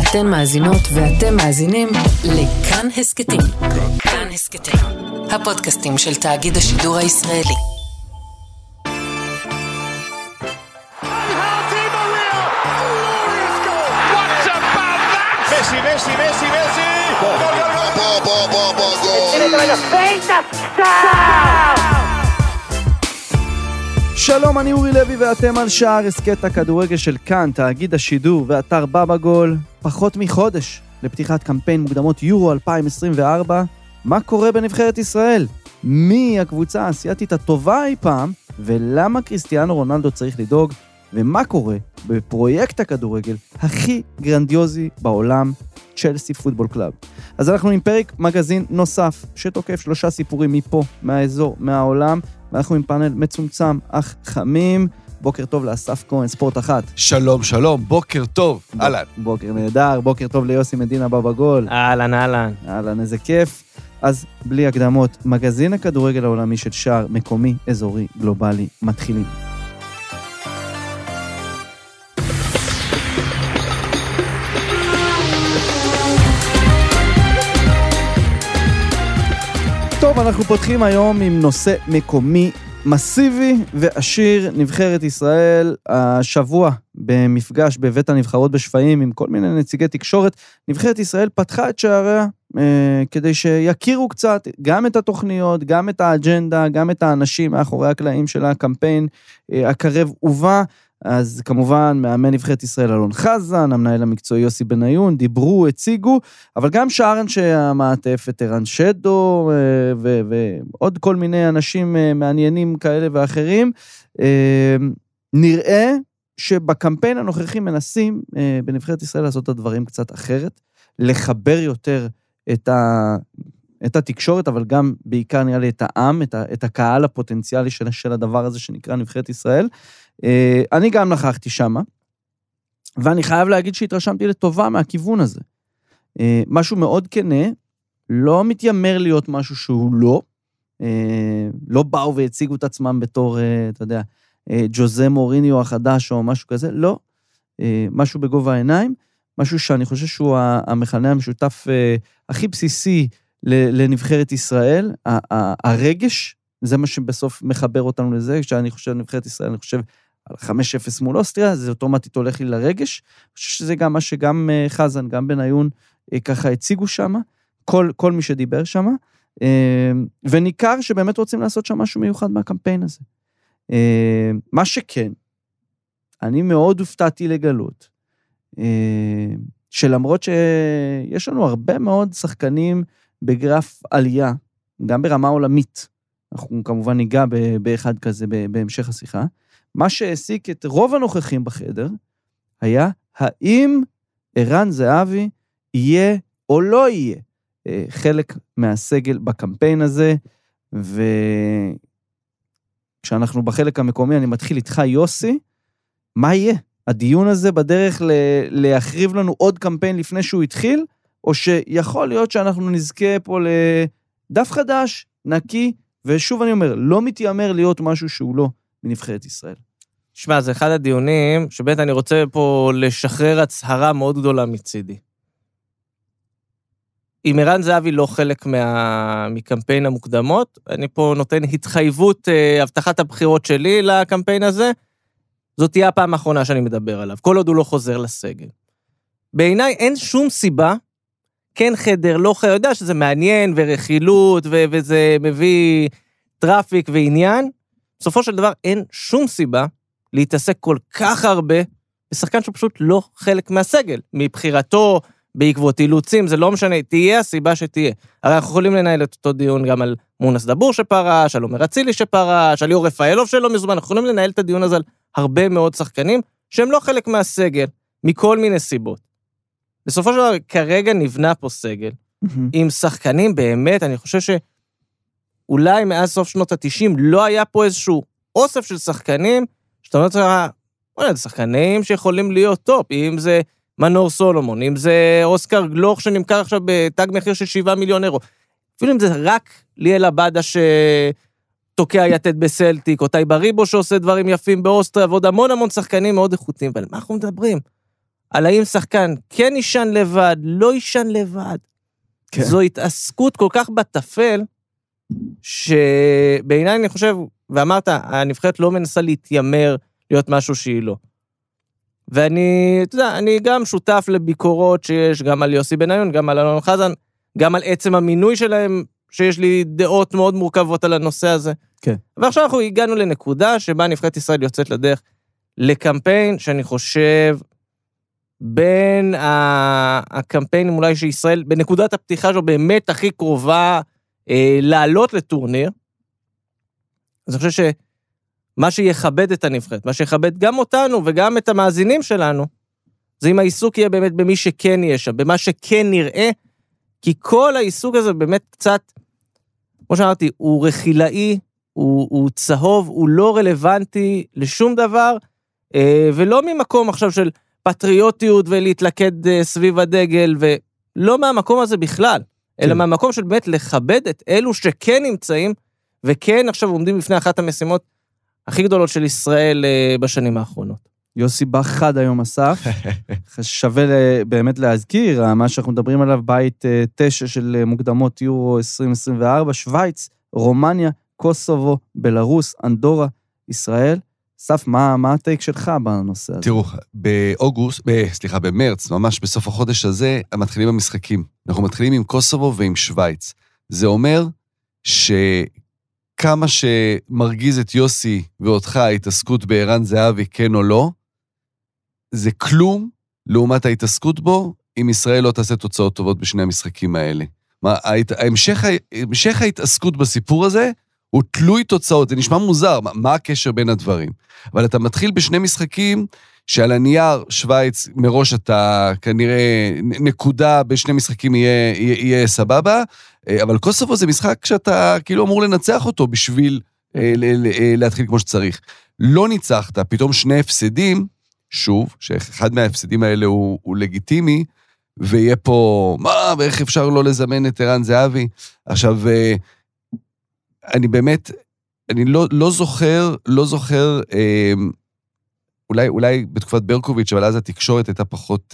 אתן מאזינות ואתם מאזינים לכאן הסקטים. כאן הסקטים, הפודקאסטים של תאגיד השידור הישראלי. שלום, אני אורי לוי ואתם על שער הסקט הכדורגל של כאן, תאגיד השידור ואתר בבא גול. פחות מחודש לפתיחת קמפיין מוקדמות יורו 2024. מה קורה בנבחרת ישראל? מי הקבוצה האסייתית הטובה אי פעם? ולמה קריסטיאנו רונלדו צריך לדאוג? ומה קורה בפרויקט הכדורגל הכי גרנדיוזי בעולם, צ'לסי פוטבול קלאב? אז אנחנו עם פרק מגזין נוסף שתוקף 3 סיפורים מפה, מהאזור, מהעולם, ואנחנו עם פאנל מצומצם אך חמים. בוקר טוב לאסף כהן, ספורט 1. שלום, שלום, בוקר טוב. אהלן. בוקר נהדר, בוקר טוב ליוסי מדינה בבא גול. אהלן, אהלן. אהלן, איזה כיף. אז בלי הקדמות, מגזין הכדורגל העולמי של שער, מקומי, אזורי, גלובלי, מתחילים. טוב, אנחנו פותחים היום עם נושא מקומי מסיבי ועשיר. נבחרת ישראל השבוע במפגש בבית הנבחרות בשפיים עם כל מיני נציגי תקשורת. נבחרת ישראל פתחה את שעריה כדי שיכירו קצת גם את התוכניות, גם את האג'נדה, גם את האנשים מאחורי הקלעים של הקמפיין הקרב ובא. אז כמובן, מאמן נבחרת ישראל אלון חזן, המנהל המקצועי יוסי בניון, דיברו, הציגו, אבל גם שאר אנשי המעטפת, ערן שדו, ועוד כל מיני אנשים מעניינים כאלה ואחרים. נראה שבקמפיין הנוכחי מנסים בנבחרת ישראל לעשות את הדברים קצת אחרת, לחבר יותר את התקשורת, אבל גם בעיקר נראה לי את העם, את הקהל הפוטנציאלי של הדבר הזה שנקרא נבחרת ישראל. אני גם נכחתי שמה, ואני חייב להגיד שהתרשמתי לטובה מהכיוון הזה. משהו מאוד כנה, לא מתיימר להיות משהו שהוא לא באו והציגו את עצמם בתור, אתה יודע, ג'וזה מוריניו החדש או משהו כזה, לא. משהו בגובה העיניים, משהו שאני חושב שהוא המכנה המשותף הכי בסיסי לנבחרת ישראל, הרגש, זה מה שבסוף מחבר אותנו לזה, כשאני חושב נבחרת ישראל, אני חושב על 5-0 מול אוסטריה, זה אוטומטית הולך לי לרגש, אני חושב שזה גם מה שגם חזן, גם בניון, ככה הציגו שם, כל מי שדיבר שם, וניכר שבאמת רוצים לעשות שם משהו מיוחד מהקמפיין הזה. מה שכן, אני מאוד הופתעתי לגלות, שלמרות שיש לנו הרבה מאוד שחקנים בגרף עלייה, גם ברמה עולמית, אנחנו כמובן ניגע באחד כזה בהמשך השיחה, מה שהעסיק את רוב הנוכחים בחדר, היה האם ערן זהבי יהיה או לא יהיה חלק מהסגל בקמפיין הזה, וכשאנחנו בחלק המקומי, אני מתחיל איתך יוסי, מה יהיה? הדיון הזה בדרך להחריב לנו עוד קמפיין לפני שהוא התחיל, או שיכול להיות שאנחנו נזכה פה לדף חדש, נקי, ושוב אני אומר, לא מתיימר להיות משהו שהוא לא בנבחרת ישראל. שמע, זה אחד הדיונים שבאמת אני רוצה פה לשחרר הצהרה מאוד גדולה מצידי. אם ערן זהבי לא חלק מקמפיין המוקדמות, אני פה נותן התחייבות, הבטחת הבחירות שלי לקמפיין הזה, זאת תהיה הפעם האחרונה שאני מדבר עליו, כל עוד הוא לא חוזר לסגל. בעיניי אין שום סיבה, כן חדר, לא חדר, יודע שזה מעניין ורכילות, וזה מביא טראפיק ועניין, בסופו של דבר אין שום סיבה להתעסק כל כך הרבה בשחקן שהוא פשוט לא חלק מהסגל, מבחירתו, בעקבות אילוצים, זה לא משנה, תהיה הסיבה שתהיה. הרי אנחנו יכולים לנהל את אותו דיון גם על מונס דבור שפרש, על עומר אצילי שפרש, על ליאור רפאלוב שלא מזומן, אנחנו יכולים לנהל את הדיון הזה על הרבה מאוד שחקנים, שהם לא חלק מהסגל, מכל מיני סיבות. בסופו של דבר, כרגע נבנה פה סגל, עם שחקנים באמת, אני חושב שאולי מאז סוף שנות ה-90, לא היה פה איזשהו אוסף של שחקנים, שאתה אומר לך, שחקנים שיכולים להיות טופ, אם זה מנור סולומון, אם זה אוסקר גלוך שנמכר עכשיו בתג מחיר של 7 מיליון אירו, אפילו אם זה רק ליאל עבדה שתוקע יתד בסלטיק, או טייב אריבו שעושה דברים יפים באוסטריה, ועוד המון המון שחקנים מאוד איכותיים, אבל מה אנחנו מדברים? על האם שחקן כן יישן לבד, לא יישן לבד. כן. זו התעסקות כל כך בטפל, שבעיניי אני חושב, ואמרת, הנבחרת לא מנסה להתיימר להיות משהו שהיא לא. ואני, אתה יודע, אני גם שותף לביקורות שיש גם על יוסי בניון, גם על אלון חזן, גם על עצם המינוי שלהם, שיש לי דעות מאוד מורכבות על הנושא הזה. כן. ועכשיו אנחנו הגענו לנקודה שבה נבחרת ישראל יוצאת לדרך לקמפיין שאני חושב בין הקמפיינים אולי שישראל, בנקודת הפתיחה שלו באמת הכי קרובה לעלות לטורניר. אז אני חושב שמה שיכבד את הנבחרת, מה שיכבד גם אותנו וגם את המאזינים שלנו, זה אם העיסוק יהיה באמת במי שכן יהיה שם, במה שכן נראה, כי כל העיסוק הזה באמת קצת, כמו שאמרתי, הוא רכילאי, הוא צהוב, הוא לא רלוונטי לשום דבר, ולא ממקום עכשיו של פטריוטיות ולהתלכד סביב הדגל, ולא מהמקום הזה בכלל, אלא מהמקום של באמת לכבד את אלו שכן נמצאים, וכן עכשיו עומדים בפני אחת המשימות הכי גדולות של ישראל בשנים האחרונות. יוסי בא חד היום אסף, שווה באמת להזכיר, מה שאנחנו מדברים עליו, בית 9 של מוקדמות יורו 2024, שוויץ, רומניה, קוסובו, בלרוס, אנדורה, ישראל. אסף, מה הטייק שלך בנושא הזה? תראו, במרץ, ממש בסוף החודש הזה, מתחילים המשחקים. אנחנו מתחילים עם קוסובו ועם שוויץ. זה אומר שכמה שמרגיז את יוסי ואותך ההתעסקות בערן זהבי, כן או לא, זה כלום לעומת ההתעסקות בו, אם ישראל לא תעשה תוצאות טובות בשני המשחקים האלה. המשך ההתעסקות בסיפור הזה, הוא תלוי תוצאות, זה נשמע מוזר, מה הקשר בין הדברים? אבל אתה מתחיל בשני משחקים, שעל הנייר שוויץ, מראש אתה כנראה נקודה בשני משחקים יהיה סבבה, אבל קוסובו זה משחק שאתה כאילו אמור לנצח אותו, בשביל להתחיל כמו שצריך. לא ניצחת, פתאום שני הפסדים, שוב, שאחד מההפסדים האלה הוא לגיטימי, ויהיה פה, ואיך אפשר לא לזמן את ערן זהבי? עכשיו, אני באמת, אני לא זוכר, אולי בתקופת ברקוביץ', אבל אז התקשורת הייתה פחות,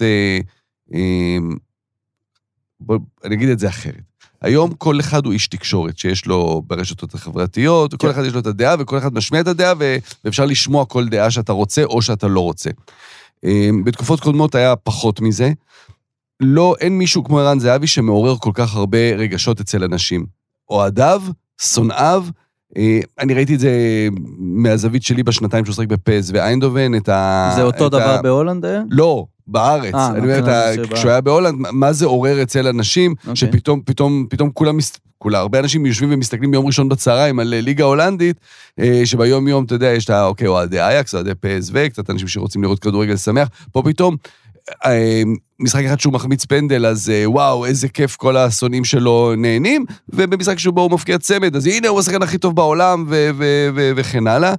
אני אגיד את זה אחרת. היום כל אחד הוא איש תקשורת, שיש לו ברשתות החברתיות, וכל אחד יש לו את הדעה, וכל אחד משמיע את הדעה, ואפשר לשמוע כל דעה שאתה רוצה, או שאתה לא רוצה. בתקופות קודמות היה פחות מזה. לא, אין מישהו כמו ערן זהבי, שמעורר כל כך הרבה רגשות אצל אנשים. אוהדיו, שונאיו, אני ראיתי את זה מהזווית שלי בשנתיים שהוא שחק בפז ואיינדובן, זה אותו דבר בהולנד היה? לא, בארץ. אני אומר, כשהוא היה בהולנד, מה זה עורר אצל אנשים, שפתאום כולם, הרבה אנשים יושבים ומסתכלים ביום ראשון בצהריים על ליגה הולנדית, שביום יום, אתה יודע, יש את אוהדי אייקס, אוהדי פז קצת אנשים שרוצים לראות כדורגל שמח, פה פתאום, משחק אחד שהוא מחמיץ פנדל, אז וואו, איזה כיף כל השונאים שלו נהנים, ובמשחק שבו הוא מפקיע צמד, אז הנה הוא השחקן הכי טוב בעולם, וכן הלאה.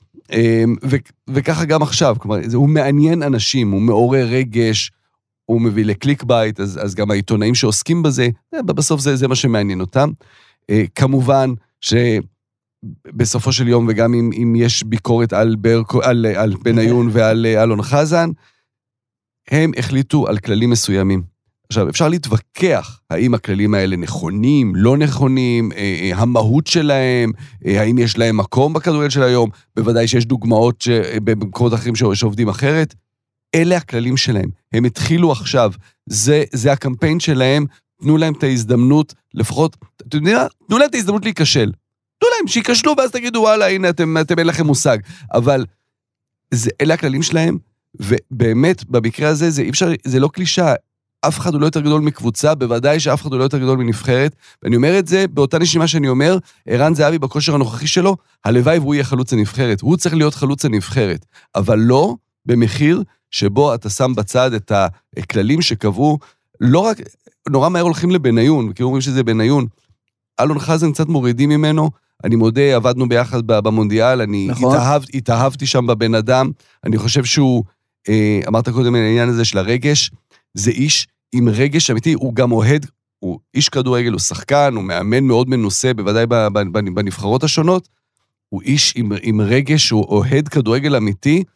וככה גם עכשיו, כלומר, הוא מעניין אנשים, הוא מעורר רגש, הוא מביא לקליק בייט, אז גם העיתונאים שעוסקים בזה, בסוף זה מה שמעניין אותם. כמובן שבסופו של יום, וגם אם יש ביקורת על בניון ועל אלון חזן, הם החליטו על כללים מסוימים. עכשיו, אפשר להתווכח האם הכללים האלה נכונים, לא נכונים, המהות שלהם, האם יש להם מקום בכדורגל של היום, בוודאי שיש דוגמאות במקומות אחרים שעובדים אחרת. אלה הכללים שלהם. הם התחילו עכשיו, זה הקמפיין שלהם, תנו להם את ההזדמנות, לפחות, אתם יודעים מה? תנו להם את ההזדמנות להיכשל. תנו להם, שיקשלו, ואז תגידו, וואלה, הנה, אתם אין לכם מושג. אבל אלה הכללים שלהם, ובאמת, במקרה הזה, זה לא קלישה, אף אחד הוא לא יותר גדול מקבוצה, בוודאי שאף אחד הוא לא יותר גדול מנבחרת, ואני אומר את זה באותה נשימה שאני אומר, ערן זהבי בכושר הנוכחי שלו, הלוואי והוא יהיה חלוץ הנבחרת, הוא צריך להיות חלוץ הנבחרת, אבל לא במחיר שבו אתה שם בצד את הכללים שקבעו, לא רק, נורא מהר הולכים לבניון, כי אומרים שזה בניון, אלון חזן קצת מורידים ממנו, אני מודה, עבדנו ביחד במונדיאל, אני התאהבתי שם בבן אדם, אני חושב שהוא, אמרת קודם העניין הזה של הרגש, זה איש עם רגש אמיתי, הוא גם אוהד, הוא איש כדורגל, הוא שחקן, הוא מאמן מאוד מנוסה, בוודאי בנבחרות השונות, הוא איש עם רגש, הוא אוהד כדורגל אמיתי,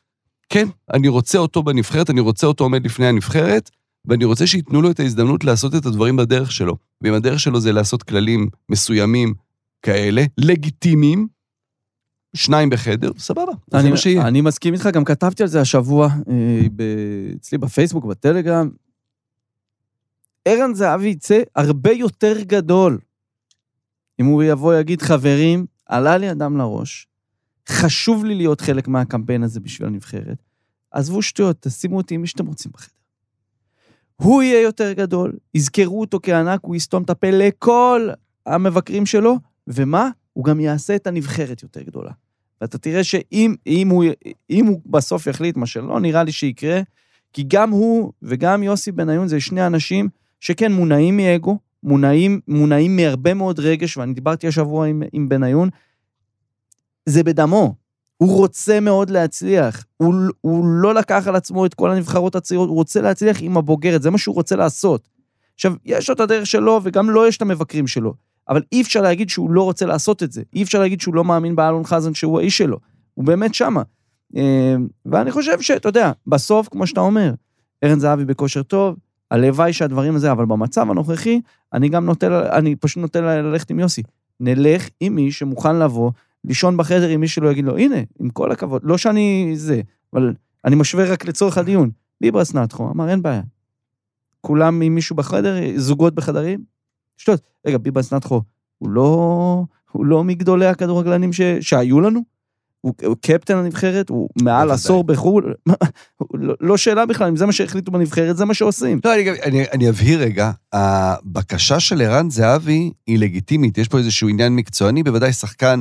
כן, אני רוצה אותו בנבחרת, אני רוצה אותו עומד לפני הנבחרת, ואני רוצה שיתנו לו את ההזדמנות לעשות את הדברים בדרך שלו. ואם הדרך שלו זה לעשות כללים מסוימים כאלה, לגיטימיים, 2 בחדר, סבבה, זה מה שיהיה. אני מסכים איתך, גם כתבתי על זה השבוע, אצלי בפייסבוק, בטלגרם, ערן זהבי יצא הרבה יותר גדול, אם הוא יבוא יגיד, חברים, עלה לי אדם לראש, חשוב לי להיות חלק מהקמפיין הזה בשביל הנבחרת, עזבו שטויות, תשימו אותי עם מי שאתם רוצים בחדר. הוא יהיה יותר גדול, יזכרו אותו כענק, הוא יסתום את הפה לכל המבקרים שלו, ומה? הוא גם יעשה את הנבחרת יותר גדולה. ואתה תראה שאם הוא בסוף יחליט מה שלא, נראה לי שיקרה, כי גם הוא וגם יוסי בניון זה 2 אנשים שכן מונעים מאגו, מונעים מהרבה מאוד רגש, ואני דיברתי השבוע עם בניון, זה בדמו, הוא רוצה מאוד להצליח, הוא לא לקח על עצמו את כל הנבחרות הצעירות, הוא רוצה להצליח עם הבוגרת, זה מה שהוא רוצה לעשות. עכשיו, יש לו את הדרך שלו, וגם לא יש את המבקרים שלו, אבל אי אפשר להגיד שהוא לא רוצה לעשות את זה, אי אפשר להגיד שהוא לא מאמין באלון חזן שהוא האיש שלו, הוא באמת שמה. ואני חושב שאתה יודע, בסוף, כמו שאתה אומר, ערן זהבי בכושר טוב, הלוואי שהדברים הזה, אבל במצב הנוכחי, אני פשוט נוטה ללכת עם יוסי. נלך עם מי שמוכן לבוא, לישון בחדר עם מי שלא יגיד לו, הנה, עם כל הכבוד, לא שאני זה, אבל אני משווה רק לצורך הדיון. ביברס נתחו, אמר, אין בעיה. כולם עם מישהו בחדר, זוגות בחדרים, שטות. רגע, ביברס נתחו, הוא לא מגדולי הכדורגלנים שהיו לנו? הוא קפטן הנבחרת, הוא מעל עשור בחול, לא שאלה בכלל, אם זה מה שהחליטו בנבחרת, זה מה שעושים. לא, אני אבהיר רגע, הבקשה של ערן זהבי היא לגיטימית, יש פה איזשהו עניין מקצועני, בוודאי שחקן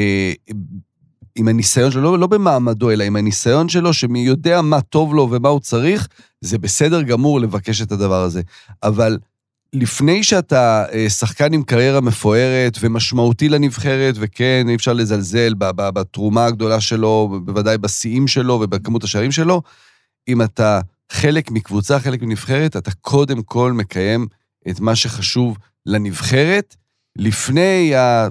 עם הניסיון שלו, לא במעמדו, אלא עם הניסיון שלו, שמי יודע מה טוב לו ומה הוא צריך, זה בסדר גמור לבקש את הדבר הזה. אבל לפני שאתה שחקן עם קריירה מפוארת ומשמעותי לנבחרת, וכן, אי אפשר לזלזל בתרומה הגדולה שלו, בוודאי בשיאים שלו ובכמות השערים שלו, אם אתה חלק מקבוצה, חלק מנבחרת, אתה קודם כל מקיים את מה שחשוב לנבחרת, לפני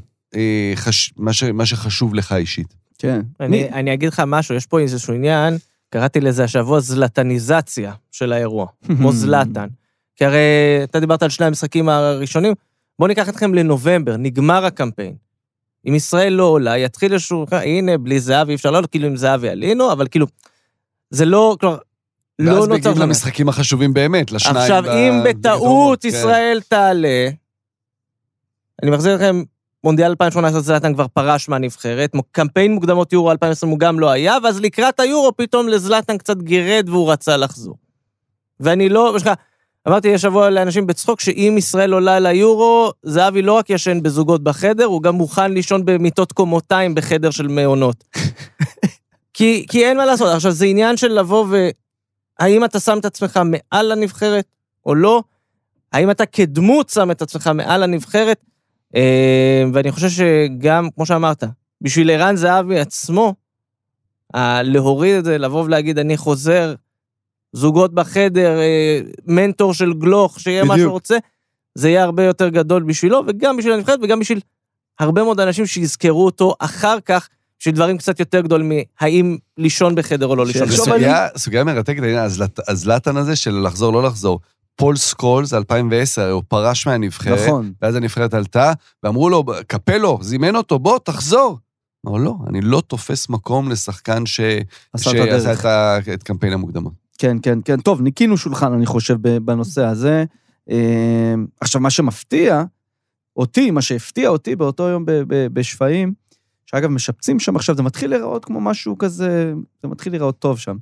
מה שחשוב לך אישית. כן. אני אגיד לך משהו, יש פה איזשהו עניין, קראתי לזה השבוע זלטניזציה של האירוע, כמו זלטן. כי הרי אתה דיברת על 2 המשחקים הראשונים, בואו ניקח אתכם לנובמבר, נגמר הקמפיין. אם ישראל לא עולה, יתחיל איזשהו, הנה, בלי זהבי, אפשר לא, כאילו עם זהבי עלינו, אבל כאילו, זה לא, כלומר, לא נוצר. ואז בגיעים למשחקים החשובים באמת, לשניים. עכשיו, אם בטעות ישראל תעלה, אני מחזיר לכם, מונדיאל 2018 זלטן כבר פרש מהנבחרת, קמפיין מוקדמות יורו 2020 הוא גם לא היה, ואז לקראת היורו פתאום לזלטן קצת גירד והוא רצה לחזור. ואני לא, אמרתי השבוע לאנשים בצחוק שאם ישראל עולה ליורו, זהבי לא רק ישן בזוגות בחדר, הוא גם מוכן לישון במיטות קומותיים בחדר של מעונות. כי אין מה לעשות. עכשיו זה עניין של לבוא האם אתה שם את עצמך מעל הנבחרת או לא? האם אתה כדמות שם את עצמך מעל הנבחרת? ואני חושב שגם, כמו שאמרת, בשביל ערן זהבי עצמו, להוריד את זה, לבוא ולהגיד, אני חוזר, זוגות בחדר, מנטור של גלוך, שיהיה מה שהוא רוצה, זה יהיה הרבה יותר גדול בשבילו, וגם בשביל הנבחרת, וגם בשביל הרבה מאוד אנשים שיזכרו אותו אחר כך, של דברים קצת יותר גדולים, האם לישון בחדר או לא לישון. סוגיה מרתקת, הזלטן הזה של לחזור, לא לחזור. פול סקולס, 2010, הוא פרש מהנבחרת, נכון. ואז הנבחרת עלתה, ואמרו לו, קפלו, זימן אותו, בוא, תחזור. אמרו, לא, אני לא תופס מקום לשחקן שעשה את קמפיין המוקדמות. כן, כן, כן. טוב, ניקינו שולחן, אני חושב, בנושא הזה. עכשיו, מה שמפתיע אותי, מה שהפתיע אותי באותו יום בשפעים, שאגב, משפצים שם עכשיו, זה מתחיל להיראות כמו משהו כזה, זה מתחיל להיראות טוב שם.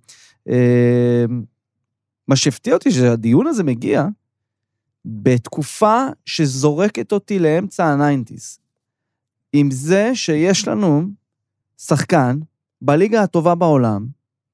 מה שהפתיע אותי, שהדיון הזה מגיע, בתקופה שזורקת אותי לאמצע ה-90s, עם זה שיש לנו שחקן, בליגה הטובה בעולם,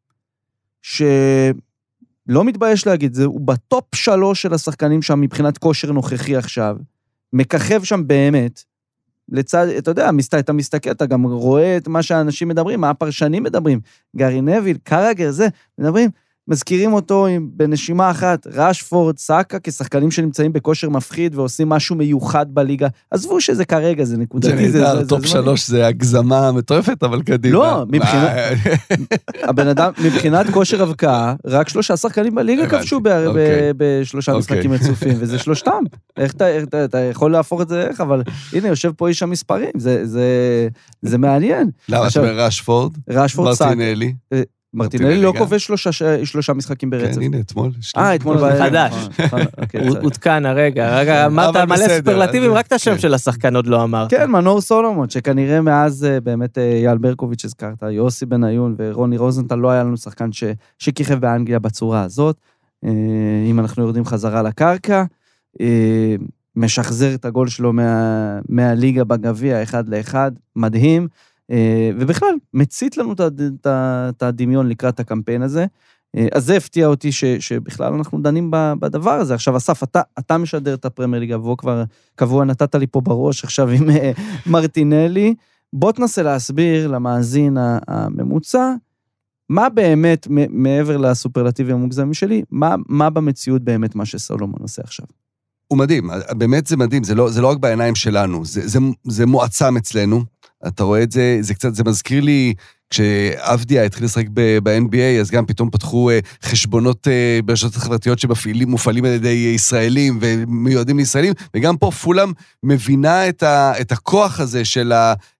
שלא מתבייש להגיד זה, הוא בטופ 3 של השחקנים שם, מבחינת כושר נוכחי עכשיו, מככב שם באמת, לצד, אתה יודע, אתה מסתכל, אתה גם רואה את מה שהאנשים מדברים, מה הפרשנים מדברים, גארי נביל, קרגר, זה, מדברים, מזכירים אותו בנשימה אחת, רשפורד, סאקה, כשחקנים שנמצאים בכושר מפחיד ועושים משהו מיוחד בליגה. עזבו שזה כרגע, זה נקודתי. זה נהדר, טופ 3 זה הגזמה מטורפת, אבל קדימה. לא, הבן אדם, מבחינת כושר הבקעה, רק 3 שחקנים בליגה כבשו ב3 משחקים רצופים, וזה 3. איך אתה יכול להפוך את זה איך, אבל הנה, יושב פה איש המספרים, זה מעניין. למה, אתה אומר רשפורד? מרטינלי. מרטינלי לא כובש 3 משחקים ברצף. כן, הנה, אתמול. אתמול. חדש. עודכן הרגע. אמרת מלא סופרלטיבים, רק את השם של השחקן עוד לא אמרת. כן, מנור סולומון, שכנראה מאז באמת יאל ברקוביץ' הזכרת, יוסי בניון ורוני רוזנטל, לא היה לנו שחקן שכיכב באנגליה בצורה הזאת. אם אנחנו יורדים חזרה לקרקע, משחזר את הגול שלו מהליגה בגביע, 1-1, מדהים. ובכלל, מצית לנו את הדמיון לקראת הקמפיין הזה. אז זה הפתיע אותי שבכלל אנחנו דנים בדבר הזה. עכשיו, אסף, אתה משדר את הפרמייר ליג, והוא כבר קבוע, נתת לי פה בראש עכשיו עם מרטינלי. בוא תנסה להסביר למאזין הממוצע, מה באמת, מעבר לסופרלטיבים המוגזמים שלי, מה במציאות באמת מה שסולומון עושה עכשיו? הוא מדהים, באמת זה מדהים, זה לא רק בעיניים שלנו, זה מועצם אצלנו, אתה רואה את זה, זה מזכיר לי, כשאבדיה התחיל לשחק ב-NBA, אז גם פתאום פתחו חשבונות ברשתות החברתיות שמופעלים על ידי ישראלים ומיועדים לישראלים, וגם פה פולאם מבינה את הכוח הזה של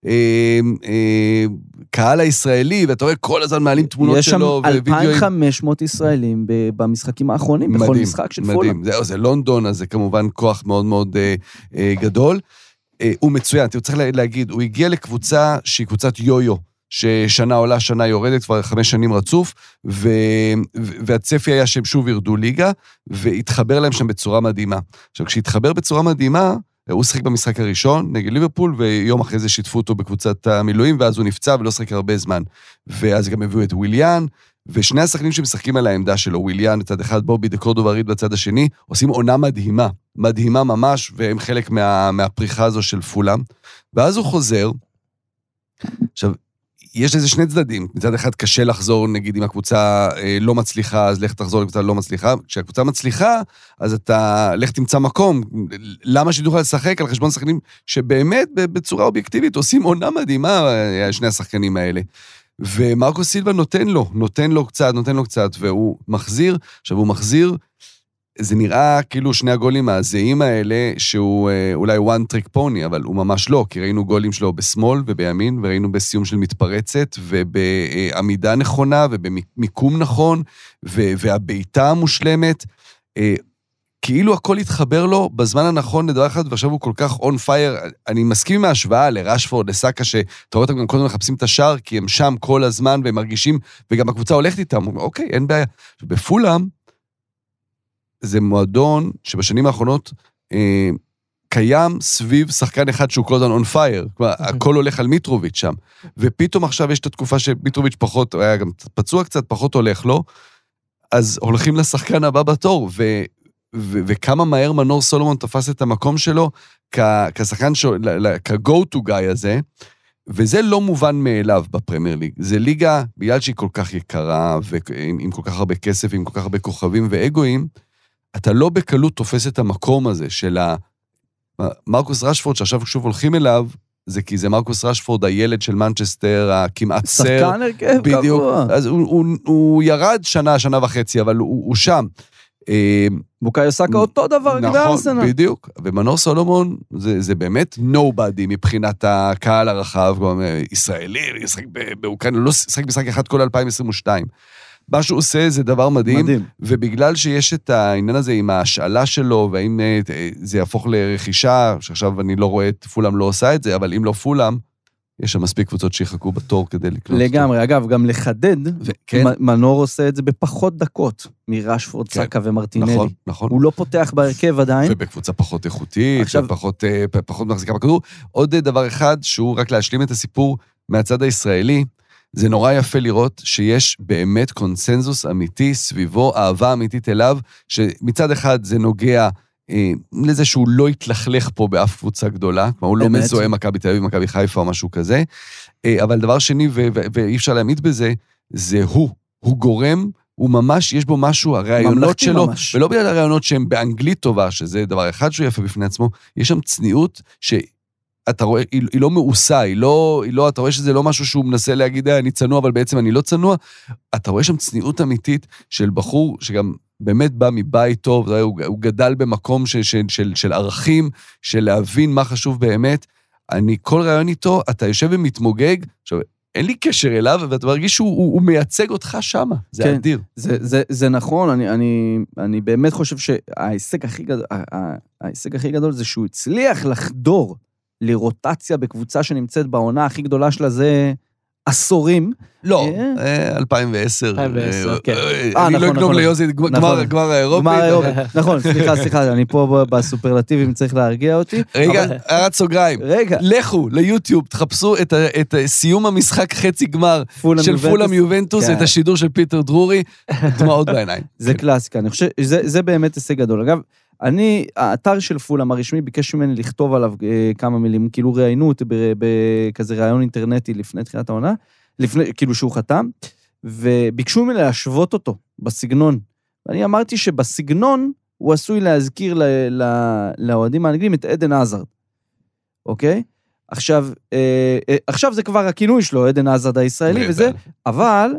הקהל הישראלי, ואתה רואה כל הזמן מעלים תמונות שלו. יש שם 2,500 ישראלים במשחקים האחרונים, בכל משחק של פולאם. מדהים, זה לונדון, אז זה כמובן כוח מאוד מאוד גדול. הוא מצוין, אתה צריך להגיד, הוא הגיע לקבוצה שהיא קבוצת יו-יו, ששנה עולה, שנה יורדת, כבר 5 שנים רצוף, והצפי היה שהם שוב ירדו ליגה, והתחבר להם שם בצורה מדהימה. עכשיו, כשהתחבר בצורה מדהימה, הוא שחק במשחק הראשון, נגד ליברפול, ויום אחרי זה שיתפו אותו בקבוצת המילואים, ואז הוא נפצע ולא שחק הרבה זמן. ואז גם הביאו את וויליאן, ושני השחקנים שמשחקים על העמדה שלו, וויליאן בצד אחד, בובי דקורדו-וריד בצד השני, עושים עונה מדהימה, מדהימה ממש, והם חלק מהפריחה הזו של פולאם. ואז הוא חוזר, עכשיו, יש לזה 2 צדדים, מצד אחד קשה לחזור, נגיד, אם הקבוצה לא מצליחה, אז לך תחזור לקבוצה לא מצליחה, כשהקבוצה מצליחה, אז אתה לך תמצא מקום, למה שתוכל לשחק על חשבון שחקנים, שבאמת בצורה אובייקטיבית עושים עונה מדהימה, שני השחקנים האלה. ומרקו סילבה נותן לו קצת, והוא מחזיר, עכשיו הוא מחזיר, זה נראה כאילו 2 הגולים הזהים האלה, שהוא אולי one trick pony, אבל הוא ממש לא, כי ראינו גולים שלו בשמאל ובימין, וראינו בסיום של מתפרצת, ובעמידה נכונה, ובמיקום נכון, והביתה המושלמת, כאילו הכל התחבר לו בזמן הנכון לדבר אחד, ועכשיו הוא כל כך on fire, אני מסכים עם ההשוואה לרשפורד, לסאקה, שאתה רואה אותם גם קודם מחפשים את השער, כי הם שם כל הזמן, והם מרגישים, וגם הקבוצה הולכת איתם, אוקיי, אין בעיה. בפולאם, זה מועדון שבשנים האחרונות קיים סביב שחקן אחד שהוא כל הזמן on fire, כלומר, הכל הולך על מיטרוביץ' שם, ופתאום עכשיו יש את התקופה שמיטרוביץ' פחות, היה גם פצוע קצת, פחות הולך לו, אז הולכים לשחקן הבא בתור, וכמה מהר מנור סולומון תפס את המקום שלו, כשחקן, כ-go to guy הזה, וזה לא מובן מאליו בפרמייר ליג. זה ליגה, בגלל שהיא כל כך יקרה, ועם כל כך הרבה כסף, עם כל כך הרבה כוכבים ואגואים, אתה לא בקלות תופס את המקום הזה של מרקוס רשפורד, שעכשיו שוב הולכים אליו, זה כי זה מרקוס רשפורד, הילד של מנצ'סטר, הכמעט סר. שחקן הרכב, בדיוק. אז הוא ירד שנה וחצי, אבל הוא שם. בוקאיו סאקה אותו דבר, נכון, בדיוק. ומנור סולומון, זה באמת nobody מבחינת הקהל הרחב, ישראלי, ישחק באוקראינה, לא ישחק משחק אחד כל 2022. מה שהוא עושה זה דבר מדהים, ובגלל שיש את העניין הזה עם ההשאלה שלו, והאם זה יהפוך לרכישה, שעכשיו אני לא רואה את פולאם לא עושה את זה, אבל אם לא פולאם, יש שם מספיק קבוצות שיחכו בתור כדי לקנות. לגמרי, אגב, גם לחדד, מנור עושה את זה בפחות דקות, מרשפורד, סאקה ומרטינלי. נכון. הוא לא פותח בהרכב עדיין. ובקבוצה פחות איכותית, פחות מחזיקה בכדור. עוד דבר אחד, שהוא רק להשלים את הסיפור מהצד הישראלי, זה נורא יפה לראות שיש באמת קונסנזוס אמיתי סביבו, אהבה אמיתית אליו, שמצד אחד זה נוגע לזה שהוא לא יתלכלך פה באף קבוצה גדולה, כלומר הוא לא מזוהה מכבי תל אביב, מכבי חיפה או משהו כזה, אבל דבר שני, ואי אפשר להעמיד בזה, זה הוא גורם, הוא ממש, יש בו משהו, הרעיונות שלו, ממש. ולא בגלל הרעיונות שהם באנגלית טובה, שזה דבר אחד שהוא יפה בפני עצמו, יש שם צניעות שאתה רואה, היא לא מאוסה, אתה רואה שזה לא משהו שהוא מנסה להגיד, אני צנוע, אבל בעצם אני לא צנוע, אתה רואה שם צניעות אמיתית של בחור שגם באמת בא מבית טוב, הוא גדל במקום של ערכים, של להבין מה חשוב באמת, כל רעיון איתו, אתה יושב ומתמוגג, עכשיו, אין לי קשר אליו, ואתה מרגיש שהוא מייצג אותך שמה. זה כן, אדיר. זה נכון, אני באמת חושב שההישג הכי גדול זה שהוא הצליח לחדור לרוטציה בקבוצה שנמצאת בעונה הכי גדולה שלה, זה עשורים. לא, 2010. 2010, כן. אני לא אגנוב ליוזי, גמר האירופי. נכון, סליחה, אני פה בסופרלטיבים, צריך להרגיע אותי. רגע, הערת סוגריים. רגע. לכו ליוטיוב, תחפשו את סיום המשחק חצי גמר של פולאם יובנטוס, את השידור של פיטר דרורי, דמעות בעיניים. זה קלאסיקה, אני חושב, זה באמת הישג גדול. אגב, האתר של פולאם הרשמי ביקש ממני לכתוב עליו כמה מילים, כאילו ראיינו אותי בכזה ראיון אינטרנטי לפני תחילת העונה, כאילו שהוא חתם, וביקשו ממני להשוות אותו בסגנון. ואני אמרתי שבסגנון הוא עשוי להזכיר לאוהדים האנגלים את עדן עזרד. אוקיי? עכשיו זה כבר הכינוי שלו, עדן עזרד הישראלי וזה, אבל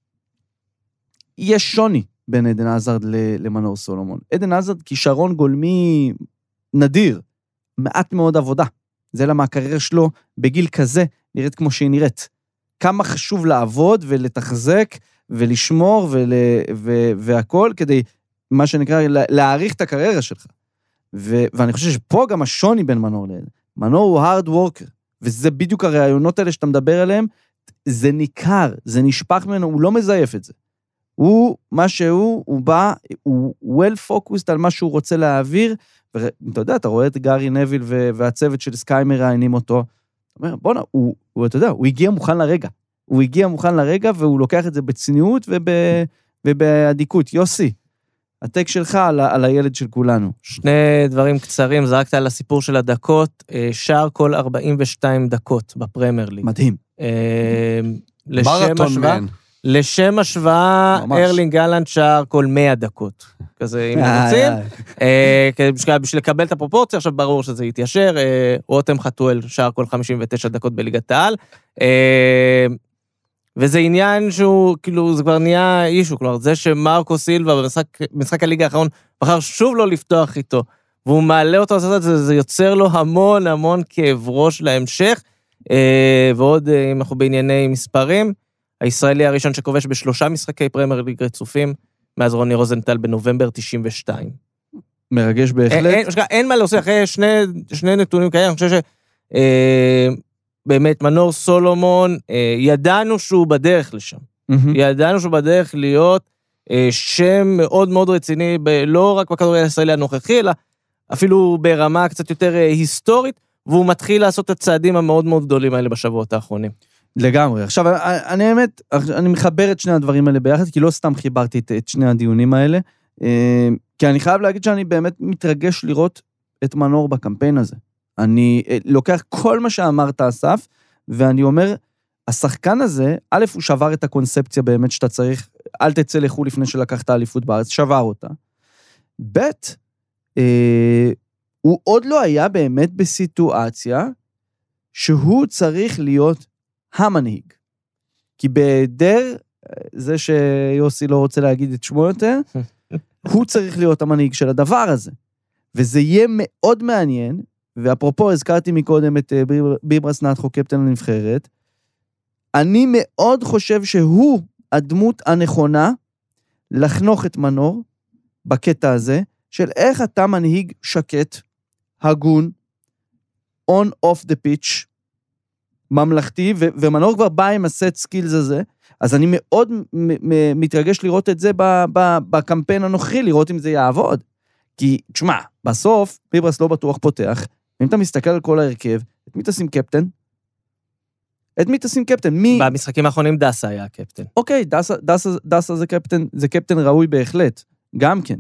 יש שוני בין עדן עזרד למנור סולומון. עדן עזרד כישרון גולמי נדיר, מעט מאוד עבודה. זה למה הקריירה שלו בגיל כזה נראית כמו שהיא נראית. כמה חשוב לעבוד ולתחזק ולשמור והכל כדי, מה שנקרא, להעריך את הקריירה שלך. ואני חושב שפה גם השוני בין מנור לעדן. מנור הוא hard worker, וזה בדיוק הרעיונות האלה שאתה מדבר עליהם, זה ניכר, זה נשפך ממנו, הוא לא מזייף את זה. הוא, מה שהוא, הוא בא, הוא well focused על מה שהוא רוצה להעביר, ואתה יודע, אתה רואה את גארי נביל והצוות של סקאי מראיינים אותו, אתה אומר, בוא'נה, אתה יודע, הוא הגיע מוכן לרגע, והוא לוקח את זה בצניעות ובעדיקות. יוסי, הטק שלך על הילד של כולנו. שני דברים קצרים, זרקת על הסיפור של הדקות, שער כל 42 דקות בפרמייר ליג. מדהים. מרתון מן. לשם השוואה, ארלינג הלנד שער כל 100 דקות. כזה, אם רוצים. בשביל לקבל את הפרופורציה, עכשיו ברור שזה יתיישר, רותם חתואל שער כל 59 דקות בליגת העל. וזה עניין שהוא, כאילו, זה כבר נהיה אישו, כלומר, זה שמרקו סילבה במשחק הליגה האחרון, בחר שוב לא לפתוח איתו, והוא מעלה אותו, זה יוצר לו המון המון כאב ראש להמשך, ועוד, אם אנחנו בענייני מספרים, הישראלי הראשון שכובש ב3 משחקי פרמייר ליג רצופים, מאז רוני רוזנטל בנובמבר 92. מרגש בהחלט. אין מה להוסיף, אחרי שני נתונים כאלה, אני חושב באמת מנור סולומון, ידענו שהוא בדרך לשם. ידענו שהוא בדרך להיות שם מאוד מאוד רציני, לא רק בכדורגל הישראלי הנוכחי, אלא אפילו ברמה קצת יותר היסטורית, והוא מתחיל לעשות את הצעדים המאוד מאוד גדולים האלה בשבועות האחרונים. לגמרי. עכשיו, אני מחבר את שני הדברים האלה ביחד, כי לא סתם חיברתי את שני הדיונים האלה, כי אני חייב להגיד שאני באמת מתרגש לראות את מנור בקמפיין הזה. אני לוקח כל מה שאמרת, אסף, ואני אומר, השחקן הזה, א', הוא שבר את הקונספציה באמת שאתה צריך, אל תצא לחול לפני שלקחת אליפות בארץ, שבר אותה. ב', הוא עוד לא היה באמת בסיטואציה שהוא צריך להיות המנהיג. כי בהיעדר, זה שיוסי לא רוצה להגיד את שמו יותר, הוא צריך להיות המנהיג של הדבר הזה. וזה יהיה מאוד מעניין, ואפרופו, הזכרתי מקודם את ביברס נתחו, קפטן הנבחרת, אני מאוד חושב שהוא הדמות הנכונה לחנוך את מנור בקטע הזה, של איך אתה מנהיג שקט, הגון, on-off the pitch, ממלכתי, ומנור כבר בא עם הסט סקילס הזה, אז אני מאוד מתרגש לראות את זה בקמפיין הנוכחי, לראות אם זה יעבוד. כי, תשמע, בסוף, ביברס לא בטוח פותח, אם אתה מסתכל על כל ההרכב, את מי תשים קפטן? במשחקים האחרונים דסה היה קפטן. אוקיי, דסה זה קפטן ראוי בהחלט, גם כן.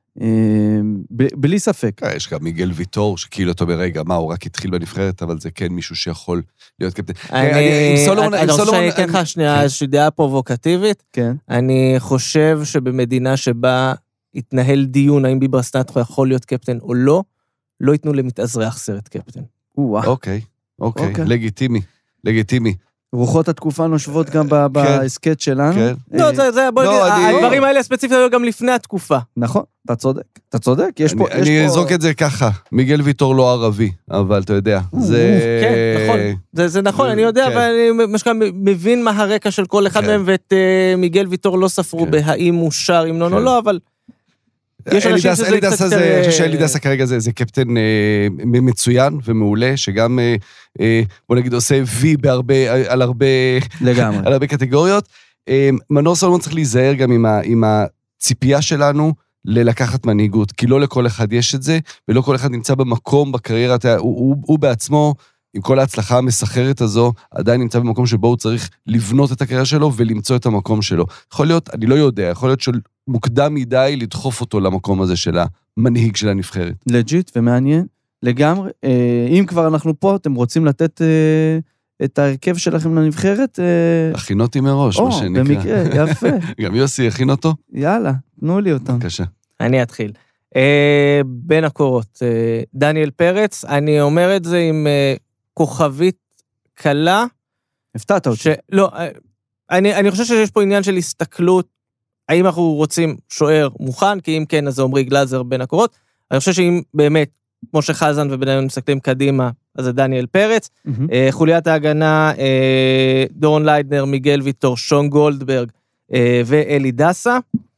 בלי ספק. יש גם מיגל ויטור, שכאילו אתה ברגע, מה, הוא רק התחיל בנבחרת, אבל זה כן מישהו שיכול להיות קפטן. אני חושב שאני אתן לך שנייה איזושהי דעה פרובוקטיבית. כן. אני חושב שבמדינה שבה התנהל דיון, האם ביבר סטטרו יכול להיות קפטן או לא, לא ייתנו למתאזרח סרט קפטן. אוקיי, לגיטימי, לגיטימי. רוחות התקופה נושבות גם בהסקט שלנו. לא, בוא נגיד, הדברים האלה הספציפיים היו גם לפני התקופה. נכון, אתה צודק, יש פה... אני אזרוק את זה ככה, מיגל ויטור לא ערבי, אבל אתה יודע, זה... כן, נכון, זה נכון, אני יודע, ואני מבין מה הרקע של כל אחד מהם, ואת מיגל ויטור לא ספרו בהאם הוא שר המנון או לא, אבל... יש אנשים שזה קצת יותר... אני חושב שאלי דסה כרגע זה קפטן מצוין ומעולה, שגם, בוא נגיד, עושה וי על הרבה קטגוריות. מנור סולומון צריך להיזהר גם עם הציפייה שלנו ללקחת מנהיגות, כי לא לכל אחד יש את זה, ולא כל אחד נמצא במקום בקריירה, הוא בעצמו, עם כל ההצלחה המסחררת הזו, עדיין נמצא במקום שבו הוא צריך לבנות את הקריירה שלו ולמצוא את המקום שלו. יכול להיות, אני לא יודע, יכול להיות שמוקדם מדי לדחוף אותו למקום הזה של המנהיג של הנבחרת. לג'יט ומעניין, לגמרי. אם כבר אנחנו פה, אתם רוצים לתת את ההרכב שלכם לנבחרת? הכין אותי מראש, מה שנקרא. במקרה, יפה. גם יוסי הכין אותו? יאללה, תנו לי אותם. בבקשה. אני אתחיל. בין הקורות, דניאל פרץ, אני אומר את זה עם כוכבית קלה. הפתעת אותי. לא, אני חושב שיש פה עניין של הסתכלות, האם אנחנו רוצים שוער מוכן, כי אם כן, אז זה עומרי גלאזר בין הקורות. אני חושב שאם באמת, משה חזן ובניון מסתכלים קדימה, אז זה דניאל פרץ. חוליית ההגנה, דורון ליידנר, מיגל ויטור, שון גולדברג ואלי דסה.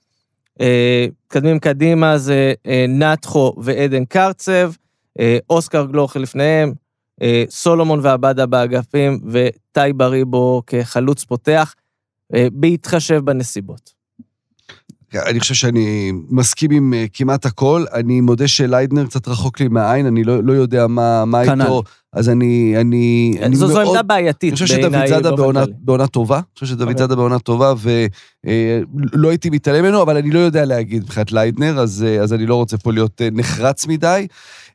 קדמים קדימה זה נתחו ועדן קרצב, אוסקר גלוך לפניהם, סולומון ועבדה באגפים, וטי בריבו כחלוץ פותח, בהתחשב בנסיבות. אני חושב שאני מסכים עם כמעט הכל, אני מודה שליידנר קצת רחוק לי מהעין, אני לא יודע מה איתו, אז אני זו עמדה בעייתית. אני חושב שדוד זאדה בעונה טובה, אני חושב שדוד זאדה בעונה טובה, ולא הייתי מתעלם ממנו, אבל אני לא יודע להגיד מבחינת ליידנר, אז אני לא רוצה פה להיות נחרץ מדי.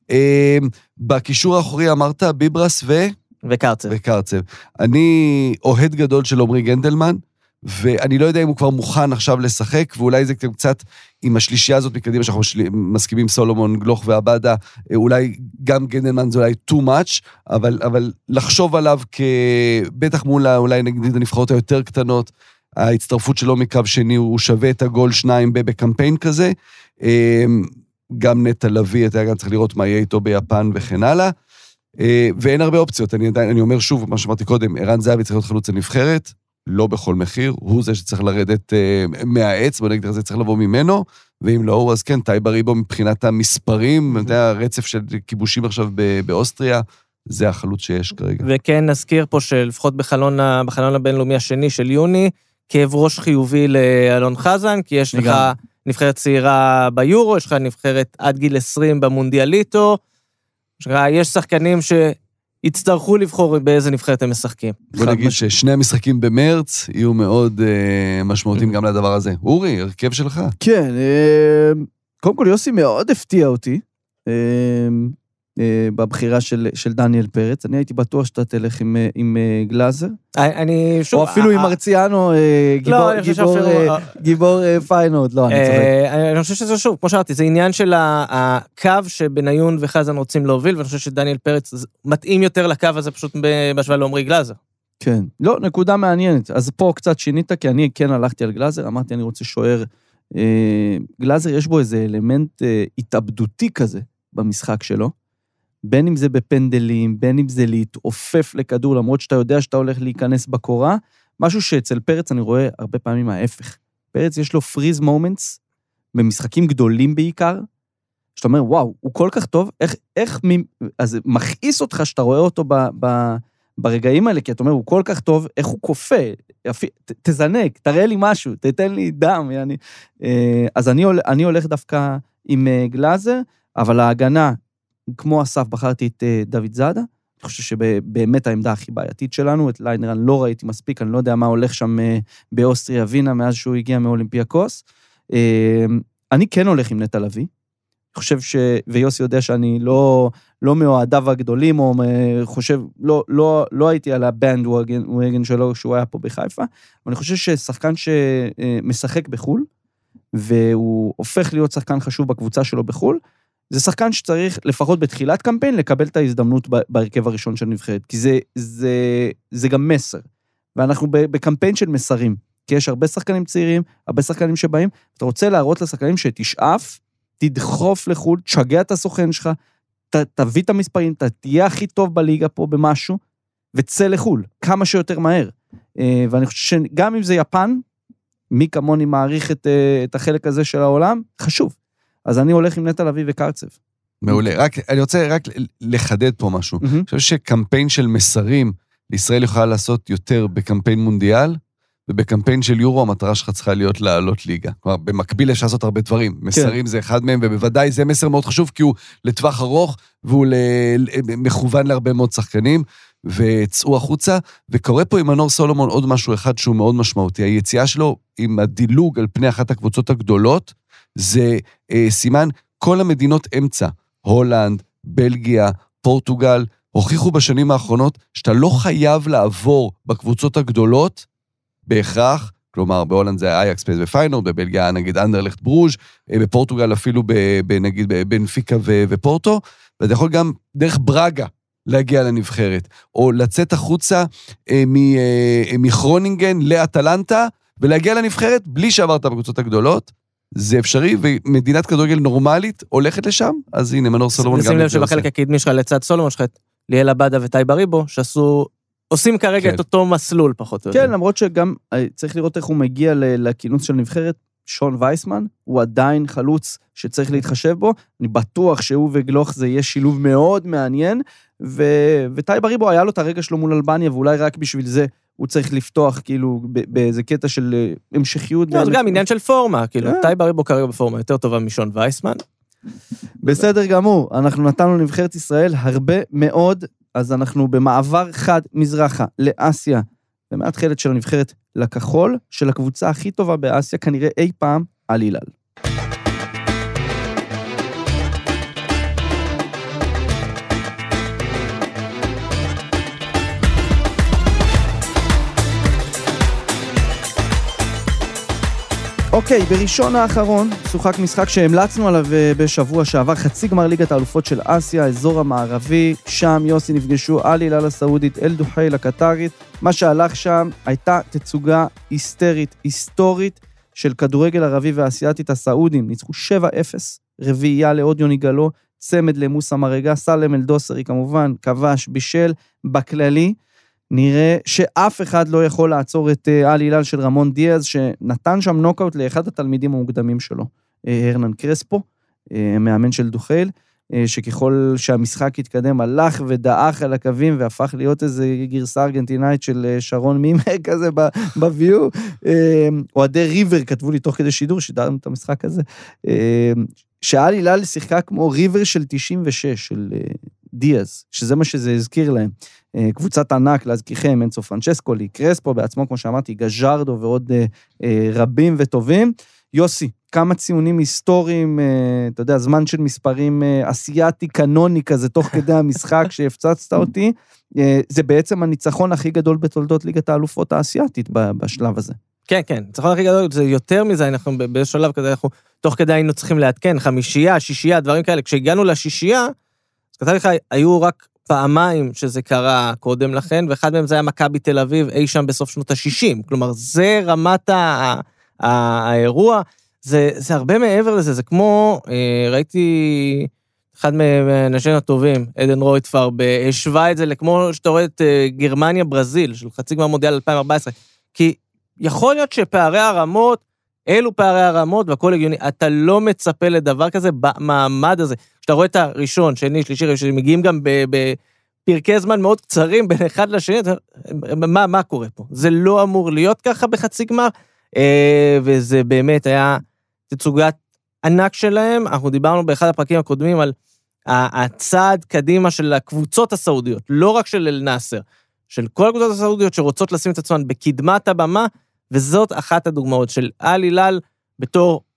בקישור האחורי אמרת ביברס וקרצב. אני אוהד גדול של עומרי גנדלמן, ואני לא יודע אם הוא כבר מוכן עכשיו לשחק, ואולי זה קצת עם השלישייה הזאת מקדימה, שאנחנו מסכימים סולומון, גלוך ועבדה, אולי גם גנדלמן זה אולי too much, אבל לחשוב עליו בטח מול אולי נגיד הנבחרות היותר קטנות, ההצטרפות שלו מקו שני, הוא שווה את הגול 2 בקמפיין כזה, גם נטע לוי, אתה גם צריך לראות מה יהיה איתו ביפן וכן הלאה, ואין הרבה אופציות, אני אומר שוב, מה שאמרתי קודם, ערן זהבי צריך להיות חלוץ הנבחרת, לא בכל מחיר, הוא זה שצריך לרדת מהעץ, בוא נגיד, זה צריך לבוא ממנו, ואם לא, אז כן, טי בריבו מבחינת המספרים, הרצף של כיבושים עכשיו באוסטריה, זה החלוץ שיש כרגע. וכן נזכיר פה שלפחות בחלון הבינלאומי השני של יוני, כאב ראש חיובי לאלון חזן, כי יש לך נבחרת צעירה ביורו, יש לך נבחרת עד גיל 20 במונדיאליטו, יש שחקנים יצטרכו לבחור באיזה נבחרת הם משחקים. בוא נגיד ששני המשחקים במרץ יהיו מאוד משמעותיים גם לדבר הזה. אורי, הרכב שלך? כן, קודם כל יוסי מאוד הפתיע אותי בבחירה של דניאל פרץ. אני הייתי בטוח שאתה תלך עם גלאזר. או אפילו עם מרציאנו, גיבור פיינורד. לא, אני צוחק. אני חושב שזה שוב, כמו שאמרתי, זה עניין של הקו שבניון וחזן רוצים להוביל, ואני חושב שדניאל פרץ מתאים יותר לקו הזה פשוט בהשוואה לעומרי גלאזר. כן, לא, נקודה מעניינת. אז פה קצת שינית, כי אני כן הלכתי על גלאזר, אמרתי אני רוצה שוער. גלאזר יש בו איזה אלמנט התאבדותי כזה במשחק שלו, בין אם זה בפנדלים, בין אם זה להתעופף לכדור, למרות שאתה יודע שאתה הולך להיכנס בקורה, משהו שאצל פרץ אני רואה הרבה פעמים ההפך. פרץ יש לו פריז מומנטס, במשחקים גדולים בעיקר, שאתה אומר, וואו, הוא כל כך טוב, אז מכעיס אותך שאתה רואה אותו ברגעים האלה, כי אתה אומר, הוא כל כך טוב, איך הוא קופא, תזנק, תראה לי משהו, תתן לי דם, אז אני הולך דווקא עם גלאזר, אבל ההגנה, כמו אסף, בחרתי את דוד זאדה, אני חושב שבאמת העמדה הכי בעייתית שלנו, את ליינר אני לא ראיתי מספיק, אני לא יודע מה הולך שם באוסטריה וינה, מאז שהוא הגיע מאולימפיאקוס, אני כן הולך עם נטע לביא, אני חושב ויוסי יודע שאני לא מאוהדיו הגדולים, או חושב, לא הייתי על הבנד וגן שלו, שהוא היה פה בחיפה, אבל אני חושב ששחקן שמשחק בחול, והוא הופך להיות שחקן חשוב בקבוצה שלו בחול, זה שחקן שצריך, לפחות בתחילת קמפיין, לקבל את ההזדמנות בהרכב הראשון של נבחרת, כי זה גם מסר, ואנחנו בקמפיין של מסרים, כי יש הרבה שחקנים צעירים, הרבה שחקנים שבאים, אתה רוצה להראות לשחקנים שתשאף, תדחוף לחול, תשגע את הסוכן שלך, תביא את המספרים, תהיה הכי טוב בליגה פה במשהו, וצא לחול, כמה שיותר מהר. ואני חושב שגם אם זה יפן, מי כמוני מעריך את החלק הזה של העולם, חשוב. אז אני הולך עם נטע לביא וקרצב. מעולה. אני רוצה רק לחדד פה משהו. אני חושב שקמפיין של מסרים, לישראל יכולה לעשות יותר בקמפיין מונדיאל, ובקמפיין של יורו המטרה שלך צריכה להיות לעלות ליגה. כלומר, במקביל יש לעשות הרבה דברים. מסרים זה אחד מהם, ובוודאי זה מסר מאוד חשוב, כי הוא לטווח ארוך, והוא מכוון להרבה מאוד שחקנים, וצאו החוצה, וקורא פה עם מנור סולומון עוד משהו אחד שהוא מאוד משמעותי. היציאה שלו עם הדילוג על פני אחת הקבוצות הגדולות, זה סימן כל המדינות אמצע, הולנד, בלגיה, פורטוגל, הוכיחו בשנים האחרונות שאתה לא חייב לעבור בקבוצות הגדולות בהכרח, כלומר בהולנד זה אייקס פייס ופיינורד, בבלגיה נגיד אנדרלכט ברוז', בפורטוגל אפילו נגיד בנפיקה ופורטו, ואתה יכול גם דרך ברגה להגיע לנבחרת, או לצאת החוצה מכרונינגן לאטלנטה, ולהגיע לנבחרת בלי שעברת בקבוצות הגדולות, זה אפשרי, ומדינת כדורגל נורמלית הולכת לשם, אז הנה מנור סולומון גם שים לב שבחלק הקדמי שלך לצד סולומון שלך, ליאל עבדה וטי בריבו, עושים כרגע את אותו מסלול פחות או יותר. כן, למרות שגם צריך לראות איך הוא מגיע לכינוס של נבחרת, שון וייסמן, הוא עדיין חלוץ שצריך להתחשב בו, אני בטוח שהוא וגלוך זה יהיה שילוב מאוד מעניין, וטי בריבו היה לו את הרגע שלו מול אלבניה, ואולי רק בשביל זה הוא צריך לפתוח כאילו באיזה קטע של המשכיות. זה גם עניין של פורמה, כאילו טי בריבו כרגע בפורמה יותר טובה משון וייסמן. בסדר גמור, אנחנו נתנו לנבחרת ישראל הרבה מאוד, אז אנחנו במעבר חד מזרחה לאסיה, ומהתחילת של הנבחרת לכחול, של הקבוצה הכי טובה באסיה, כנראה אי פעם, אל הילאל. אוקיי, בראשון האחרון, שוחק משחק שהמלצנו עליו בשבוע שעבר, חצי גמר ליגת האלופות של אסיה, האזור המערבי, שם יוסי נפגשו אל הילאל הסעודית, אל דוחייל הקטרית, מה שהלך שם הייתה תצוגה היסטרית, היסטורית, של כדורגל ערבי ואסיאטית הסעודים, ניצחו 7-0, רביעייה לאודיון יגלו, צמד למוסה מרגה, סלם אלדוסרי כמובן, כבש, בישל, בכללי, נראה שאף אחד לא יכול לעצור את אל הילאל של רמון דיאז, שנתן שם נוקאוט לאחד התלמידים המוקדמים שלו, הרנן קרספו, מאמן של דוחייל, שככל שהמשחק התקדם הלך ודאח על הקווים, והפך להיות איזה גרסה ארגנטינאית של שרון מימר כזה בביו, אוהדי ריבר כתבו לי תוך כדי שידור, שידרנו את המשחק הזה, שאל הילאל שיחקה כמו ריבר של 96, של דיאז, שזה מה שזה הזכיר להם, קבוצת ענק להזכירכם, אנסו פרנצ'סקולי, קרספו בעצמו, כמו שאמרתי, גז'רדו ועוד רבים וטובים. יוסי, כמה ציונים היסטוריים, אתה יודע, זמן של מספרים אסיאטי, קנוני כזה, תוך כדי המשחק שהפצצת אותי, זה בעצם הניצחון הכי גדול בתולדות ליגת האלופות האסיאטית בשלב הזה. כן, כן, ניצחון הכי גדול, זה יותר מזה, אנחנו בשלב כזה, אנחנו תוך כדי היינו צריכים לעדכן, 5, 6, דברים כאלה, כשהגענו ל6, אז כתב לך, היו רק פעמיים שזה קרה קודם לכן, ואחד מהם זה היה מכבי תל אביב, אי שם בסוף שנות ה-60, כלומר, זה רמת האירוע, זה הרבה מעבר לזה, זה כמו, ראיתי אחד מהאנשים הטובים, עדן רויטפר, השווה את זה לכמו שאתה רואה את גרמניה ברזיל, של חצי גמר מונדיאל 2014, כי יכול להיות שפערי הרמות, אלו פערי הרמות, והכל הגיוני, אתה לא מצפה לדבר כזה במעמד הזה, כשאתה רואה את הראשון, שני, שלישי, שמגיעים גם בפרקי זמן מאוד קצרים, בין אחד לשני, מה קורה פה? זה לא אמור להיות ככה בחצי גמר, וזה באמת היה תצוגת ענק שלהם, אנחנו דיברנו באחד הפרקים הקודמים על הצעד קדימה של הקבוצות הסעודיות, לא רק של אל-נאסר, של כל הקבוצות הסעודיות שרוצות לשים את עצמן בקדמת הבמה, וזאת אחת הדוגמאות של אל הילאל בתור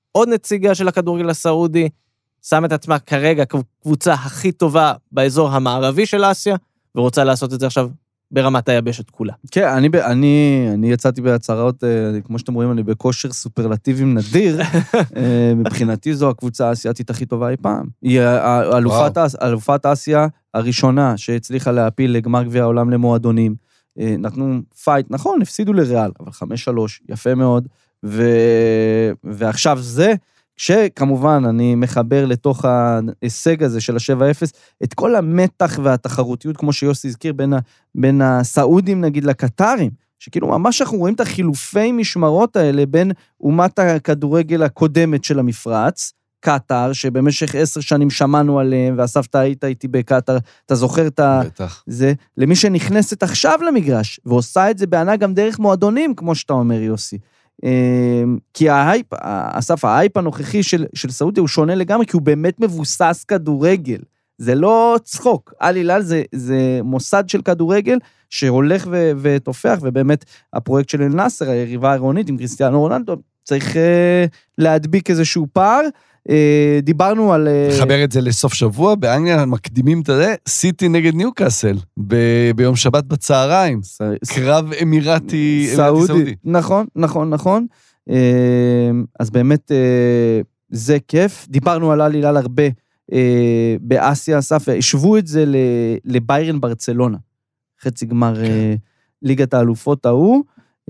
עוד נציגה של הכדורגל הסעודי, שם את עצמה כרגע קבוצה הכי טובה באזור המערבי של אסיה, ורוצה לעשות את זה עכשיו ברמת היבשת כולה. כן, אני יצאתי בהצהרות, כמו שאתם רואים, אני בכושר סופרלטיבים נדיר, מבחינתי זו הקבוצה האסייתית הכי טובה אי פעם. היא אלופת אסיה הראשונה שהצליחה להפיל לגמר גביע העולם למועדונים, נתנו פייט, נכון, הפסידו לריאל, אבל 5-3, יפה מאוד, ועכשיו זה, שכמובן אני מחבר לתוך ההישג הזה של ה-7-0, את כל המתח והתחרותיות, כמו שיוסי הזכיר, בין הסעודים נגיד לקטרים, שכאילו ממש אנחנו רואים את החילופי משמרות האלה, בין אומת הכדורגל הקודמת של המפרץ, קטר, שבמשך 10 שנים שמענו עליהם, ואספת היית איתי בקטר, אתה זוכר את זה, למי שנכנסת עכשיו למגרש, ועושה את זה בענה גם דרך מועדונים, כמו שאתה אומר יוסי. כי ההייפ הנוכחי של סעודיה הוא שונה לגמרי, כי הוא באמת מבוסס כדורגל. זה לא צחוק. אל הילאל זה מוסד של כדורגל שהולך ותופח, ובאמת הפרויקט של אל-נאסר, היריבה העירונית עם קריסטיאנו רונלדו, צריך להדביק איזשהו פער. דיברנו על... לחבר את זה לסוף שבוע, באנגליה מקדימים את זה, סיטי נגד ניוקאסל, ביום שבת בצהריים, קרב אמירתי סעודי. נכון. אז באמת זה כיף. דיברנו על אל-הילאל הרבה באסיה, אסף, השוו את זה לביירן ברצלונה, חצי גמר ליגת האלופות ההוא,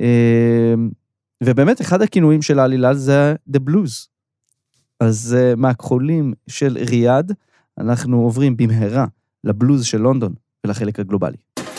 ובאמת אחד הכינויים של אל-הילאל זה The Blues. אז מהכחולים של ריאד, אנחנו עוברים במהרה לבלוז של לונדון ולחלק הגלובלי.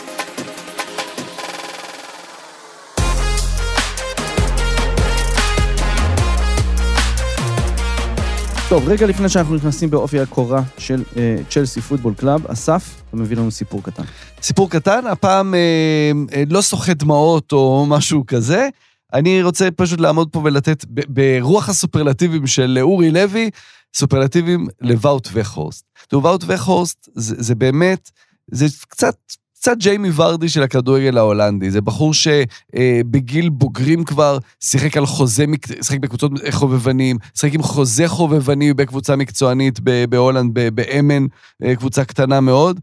טוב, רגע לפני שאנחנו נכנסים באופי הקורה של צ'לסי פוטבול קלאב, אסף, אתה מביא לנו סיפור קטן. סיפור קטן, הפעם לא סוחט דמעות או משהו כזה, אני רוצה פשוט לעמוד פה ולתת, ברוח הסופרלטיבים של אורי לוי, סופרלטיבים לוואוט וחורסט. וואוט וחורסט זה באמת, זה קצת ג'יימי ורדי של הכדורגל ההולנדי, זה בחור שבגיל בוגרים כבר שיחק על חוזה, שיחק בקבוצות חובבנים, שיחק עם חוזה חובבני בקבוצה מקצוענית בהולנד, באמן, קבוצה קטנה מאוד,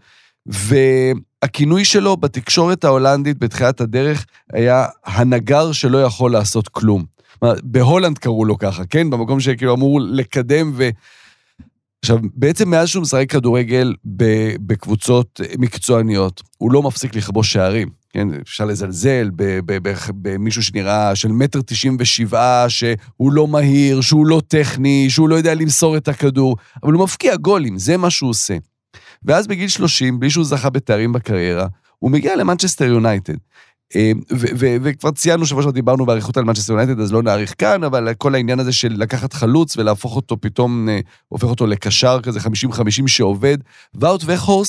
והכינוי שלו בתקשורת ההולנדית בתחילת הדרך היה הנגר שלא יכול לעשות כלום. בהולנד קראו לו ככה, כן? במקום שכאילו אמור לקדם עכשיו, בעצם מאז שהוא משחק כדורגל בקבוצות מקצועניות, הוא לא מפסיק לכבוש שערים, כן? אפשר לזלזל במישהו שנראה של 1.97 מטר, שהוא לא מהיר, שהוא לא טכני, שהוא לא יודע למסור את הכדור, אבל הוא מפקיע גולים, זה מה שהוא עושה. ואז בגיל 30, בלי שהוא זכה בתארים בקריירה, הוא מגיע למנצ'סטר יונייטד. וכבר ציינו שבוע שדיברנו בעריכות על מנצ'סטר יונייטד, אז לא נעריך כאן, אבל כל העניין הזה של לקחת חלוץ ולהפוך אותו פתאום, הופך אותו לקשר כזה 50-50 שעובד, וואוט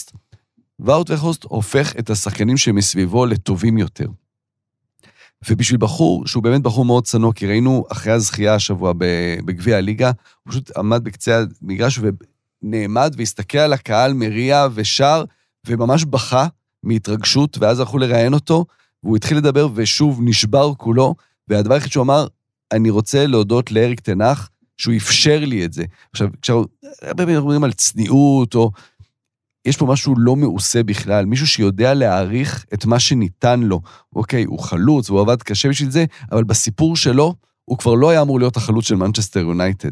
וחורסט הופך את השחקנים שמסביבו לטובים יותר. ובשביל בחור, שהוא באמת בחור מאוד צנוע, כי ראינו אחרי הזכייה השבוע בגביע הליגה, הוא פשוט עמד בקצה המגרש ונעמד והסתכל על הקהל מריע ושר, וממש בכה מהתרגשות, ואז הלכו לראיין אותו, והוא התחיל לדבר ושוב נשבר כולו, והדבר הכי שהוא אמר, אני רוצה להודות לאריק תנח, שהוא אפשר לי את זה. עכשיו, הרבה מדברים על צניעות, או יש פה משהו לא מעושה בכלל, מישהו שיודע להעריך את מה שניתן לו. אוקיי, הוא חלוץ, הוא עבד קשה בשביל זה, אבל בסיפור שלו, הוא כבר לא היה אמור להיות החלוץ של מנצ'סטר יונייטד.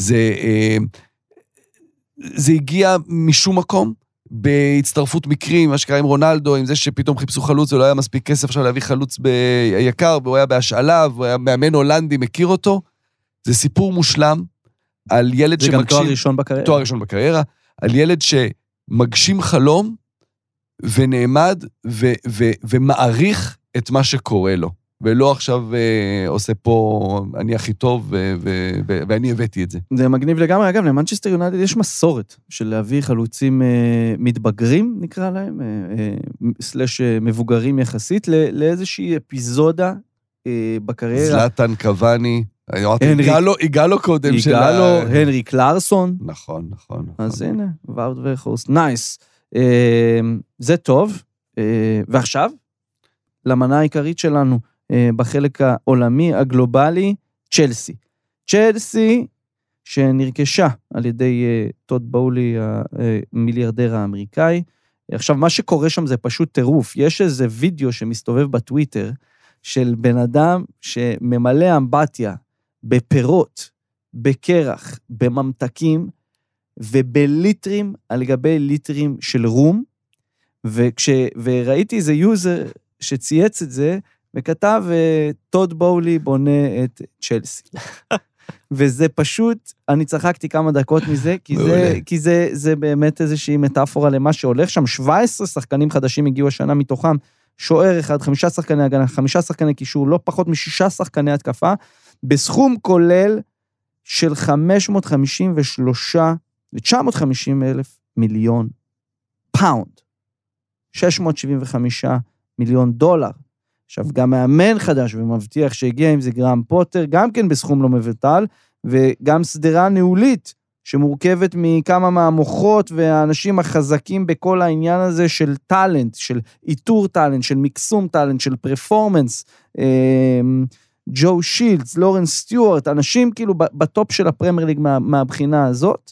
זה הגיע משום מקום, בהצטרפות מקרים, מה שקרה עם רונלדו, עם זה שפתאום חיפשו חלוץ, ולא היה מספיק כסף עכשיו להביא חלוץ ביקר, והוא היה בהשאלה, והוא היה מאמן הולנדי, מכיר אותו. זה סיפור מושלם על ילד שמגשים... זה גם תואר ראשון בקריירה. תואר ראשון בקריירה, על ילד שמגשים חלום, ונעמד ומעריך את מה שקורה לו. ולא עכשיו עושה פה, אני הכי טוב, ואני הבאתי את זה. זה מגניב לגמרי. אגב, למנצ'סטר יונייטד יש מסורת של להביא חלוצים מתבגרים, נקרא להם, סלש מבוגרים יחסית, לאיזושהי אפיזודה בקריירה. זלאטן, קוואני, הגעלו קודם של... הנרי קלרסון. נכון. אז הנה, וואוט וחורסט, נייס. זה טוב. ועכשיו, למנה העיקרית שלנו, בחלק העולמי, הגלובלי, צ'לסי. צ'לסי שנרכשה על ידי טוד באולי, המיליארדר האמריקאי. עכשיו, מה שקורה שם זה פשוט טירוף. יש איזה וידאו שמסתובב בטוויטר, של בן אדם שממלא אמבטיה בפירות, בקרח, בממתקים, ובליטרים על גבי ליטרים של רום, וראיתי איזה יוזר שצייץ את זה, וכתב, טוד באולי בונה את צ'לסי. וזה פשוט, אני צחקתי כמה דקות מזה, כי זה באמת איזושהי מטאפורה למה שהולך שם. 17 שחקנים חדשים הגיעו השנה מתוכם, שוער אחד, 5 שחקני הגנה, 5 שחקני קישור, לא פחות מ6 שחקני התקפה, בסכום כולל של 950 מיליון פאונד. 675 מיליון דולר. עכשיו, גם מאמן חדש ומבטיח שהגיע עם זה גרם פוטר, גם כן בסכום לא מבטל, וגם סדרה ניהולית, שמורכבת מכמה מהמוחות והאנשים החזקים בכל העניין הזה של טלנט, של איתור טלנט, של מקסום טלנט, של פרפורמנס, ג'ו שילדס, לורנס סטיוארט, אנשים כאילו בטופ של הפרמייר ליג מהבחינה הזאת,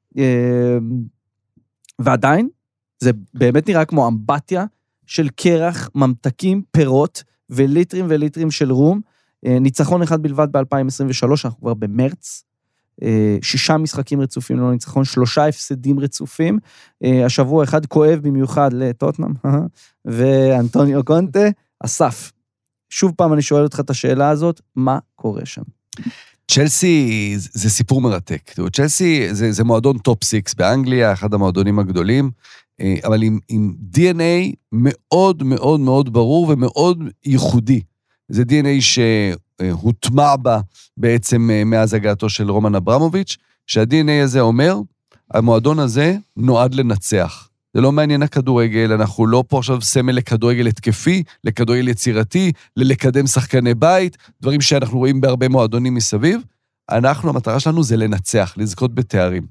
ועדיין, זה באמת נראה כמו אמבטיה של קרח, ממתקים, פירות, וליטרים וליטרים של רום, ניצחון אחד בלבד ב-2023, אנחנו כבר במרץ, 6 משחקים רצופים ללא ניצחון, 3 הפסדים רצופים, השבוע אחד כואב במיוחד לטוטנהאם, ואנטוניו קונטה, אסף. שוב פעם אני שואל אותך את השאלה הזאת, מה קורה שם? צ'לסי זה סיפור מרתק. צ'לסי זה מועדון טופ 6 באנגליה, אחד המועדונים הגדולים, אבל עם DNA מאוד מאוד מאוד ברור ומאוד ייחודי. זה DNA שהוטמע בה בעצם מאז הגעתו של רומן אברמוביץ', שה-DNA הזה אומר, המועדון הזה נועד לנצח. זה לא מעניין הכדורגל, אנחנו לא פה עכשיו סמל לכדורגל התקפי, לכדורגל יצירתי, ללקדם שחקני בית, דברים שאנחנו רואים בהרבה מועדונים מסביב. המטרה שלנו זה לנצח, לזכות בתארים.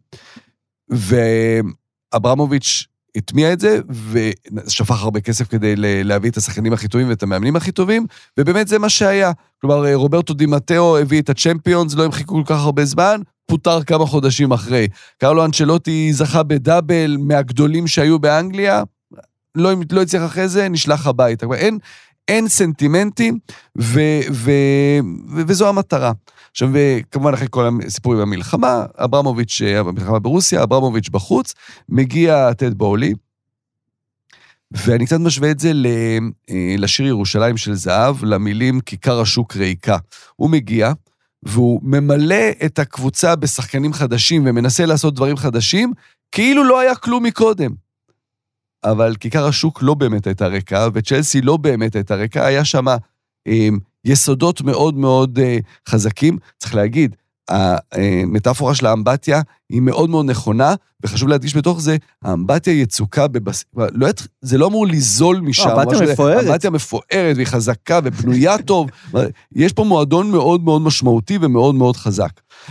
ואברמוביץ' הטמיע את זה, ושפך הרבה כסף כדי להביא את השחקנים הכי טובים ואת המאמנים הכי טובים, ובאמת זה מה שהיה. כלומר, רוברטו די מטאו הביא את הצ'מפיונס, לא הם חיכו כל כך הרבה זמן, פוטר כמה חודשים אחרי. קרלו אנצ'לוטי זכה בדאבל מהגדולים שהיו באנגליה, לא הצליח אחרי זה, נשלח הביתה. אין סנטימנטים, וזו המטרה. עכשיו, וכמובן אחרי כל הסיפורים במלחמה, אברמוביץ' במלחמה ברוסיה, אברמוביץ' בחוץ, מגיע טד באולי, ואני קצת משווה את זה לשיר ירושלים של זהב, למילים כיכר השוק ריקה. הוא מגיע, והוא ממלא את הקבוצה בשחקנים חדשים, ומנסה לעשות דברים חדשים, כאילו לא היה כלום מקודם. אבל כיכר השוק לא באמת הייתה ריקה, וצ'לסי לא באמת הייתה ריקה, היה שם יסודות מאוד מאוד חזקים. צריך להגיד, המטאפורה של האמבטיה היא מאוד מאוד נכונה, וחשוב להדגיש בתוך זה, האמבטיה יצוקה זה לא אמור לזול משם. האמבטיה מפוארת, והיא חזקה ובנויה טוב. יש פה מועדון מאוד מאוד משמעותי ומאוד מאוד חזק.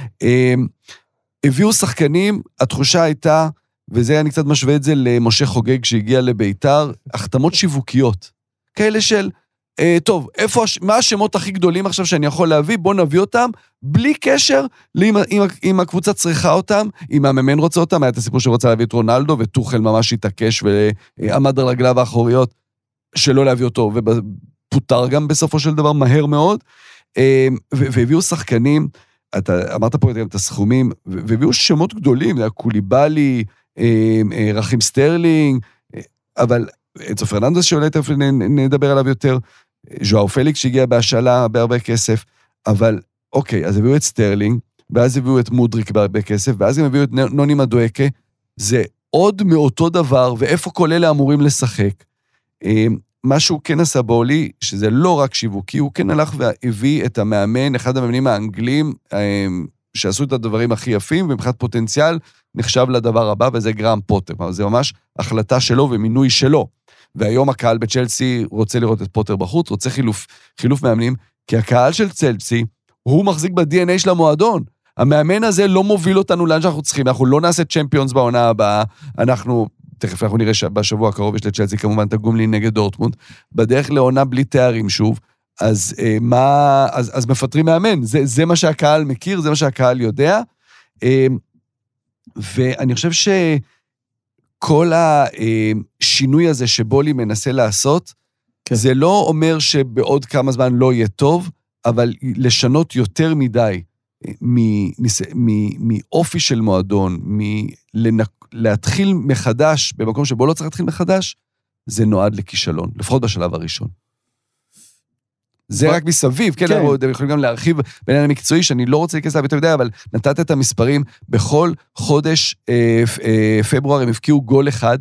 הביאו שחקנים, התחושה הייתה, וזה אני קצת משווה את זה למשה חוגג שהגיע לביתר, החתמות שיווקיות, כאלה של, טוב, מה השמות הכי גדולים עכשיו שאני יכול להביא, בוא נביא אותם, בלי קשר, אם הקבוצה צריכה אותם, אם המאמן רוצה אותם, היה את הסיפור שרוצה להביא את רונלדו, וטוחל ממש התעקש, ועמד על רגליו האחוריות, שלא להביא אותו, ופוטר גם בסופו של דבר מהר מאוד, והביאו שחקנים, אתה אמרת פה את הסכומים, והביאו שמות גדולים, זה היה קוליבאלי, רחים סטרלינג, אבל אצו פרננדס שאולי תכף נדבר עליו יותר, ז'ואאו פליקס שהגיע בהשאלה בהרבה כסף, אבל אוקיי, אז הביאו את סטרלינג, ואז הביאו את מודריק בהרבה כסף, ואז הם הביאו את נוני מדואקה, זה עוד מאותו דבר, ואיפה כל אלה אמורים לשחק. מה שהוא כן עשה באולי, שזה לא רק שיווקי, הוא כן הלך והביא את המאמן, אחד המאמנים האנגלים, שעשו את הדברים הכי יפים, ומבחינת פוטנציאל נחשב לדבר הבא, וזה גרם פוטר. זה ממש החלטה שלו ומינוי שלו. והיום הקהל בצ'לסי רוצה לראות את פוטר בחוץ, רוצה חילוף מאמנים, כי הקהל של צ'לסי, הוא מחזיק ב-DNA של המועדון. המאמן הזה לא מוביל אותנו לאן שאנחנו צריכים, אנחנו לא נעשה צ'מפיונס בעונה הבאה, תכף אנחנו נראה שבשבוע הקרוב יש לצ'לסי כמובן תגום לי נגד דורטמונד, בדרך לעונה בלי תארים שוב, אז מפטרים מאמן, זה מה שהקהל מכיר, זה מה שהקהל יודע, ואני חושב שכל השינוי הזה שבולי מנסה לעשות, כן. זה לא אומר שבעוד כמה זמן לא יהיה טוב, אבל לשנות יותר מדי מאופי של מועדון, להתחיל מחדש במקום שבו לא צריך להתחיל מחדש, זה נועד לכישלון, לפחות בשלב הראשון. זה רק מסביב, כן, אנחנו יכולים גם להרחיב בעניין המקצועי, שאני לא רוצה להיכנס להביט אבל נתת את המספרים, בכל חודש פברואר הם הפקיעו גול אחד,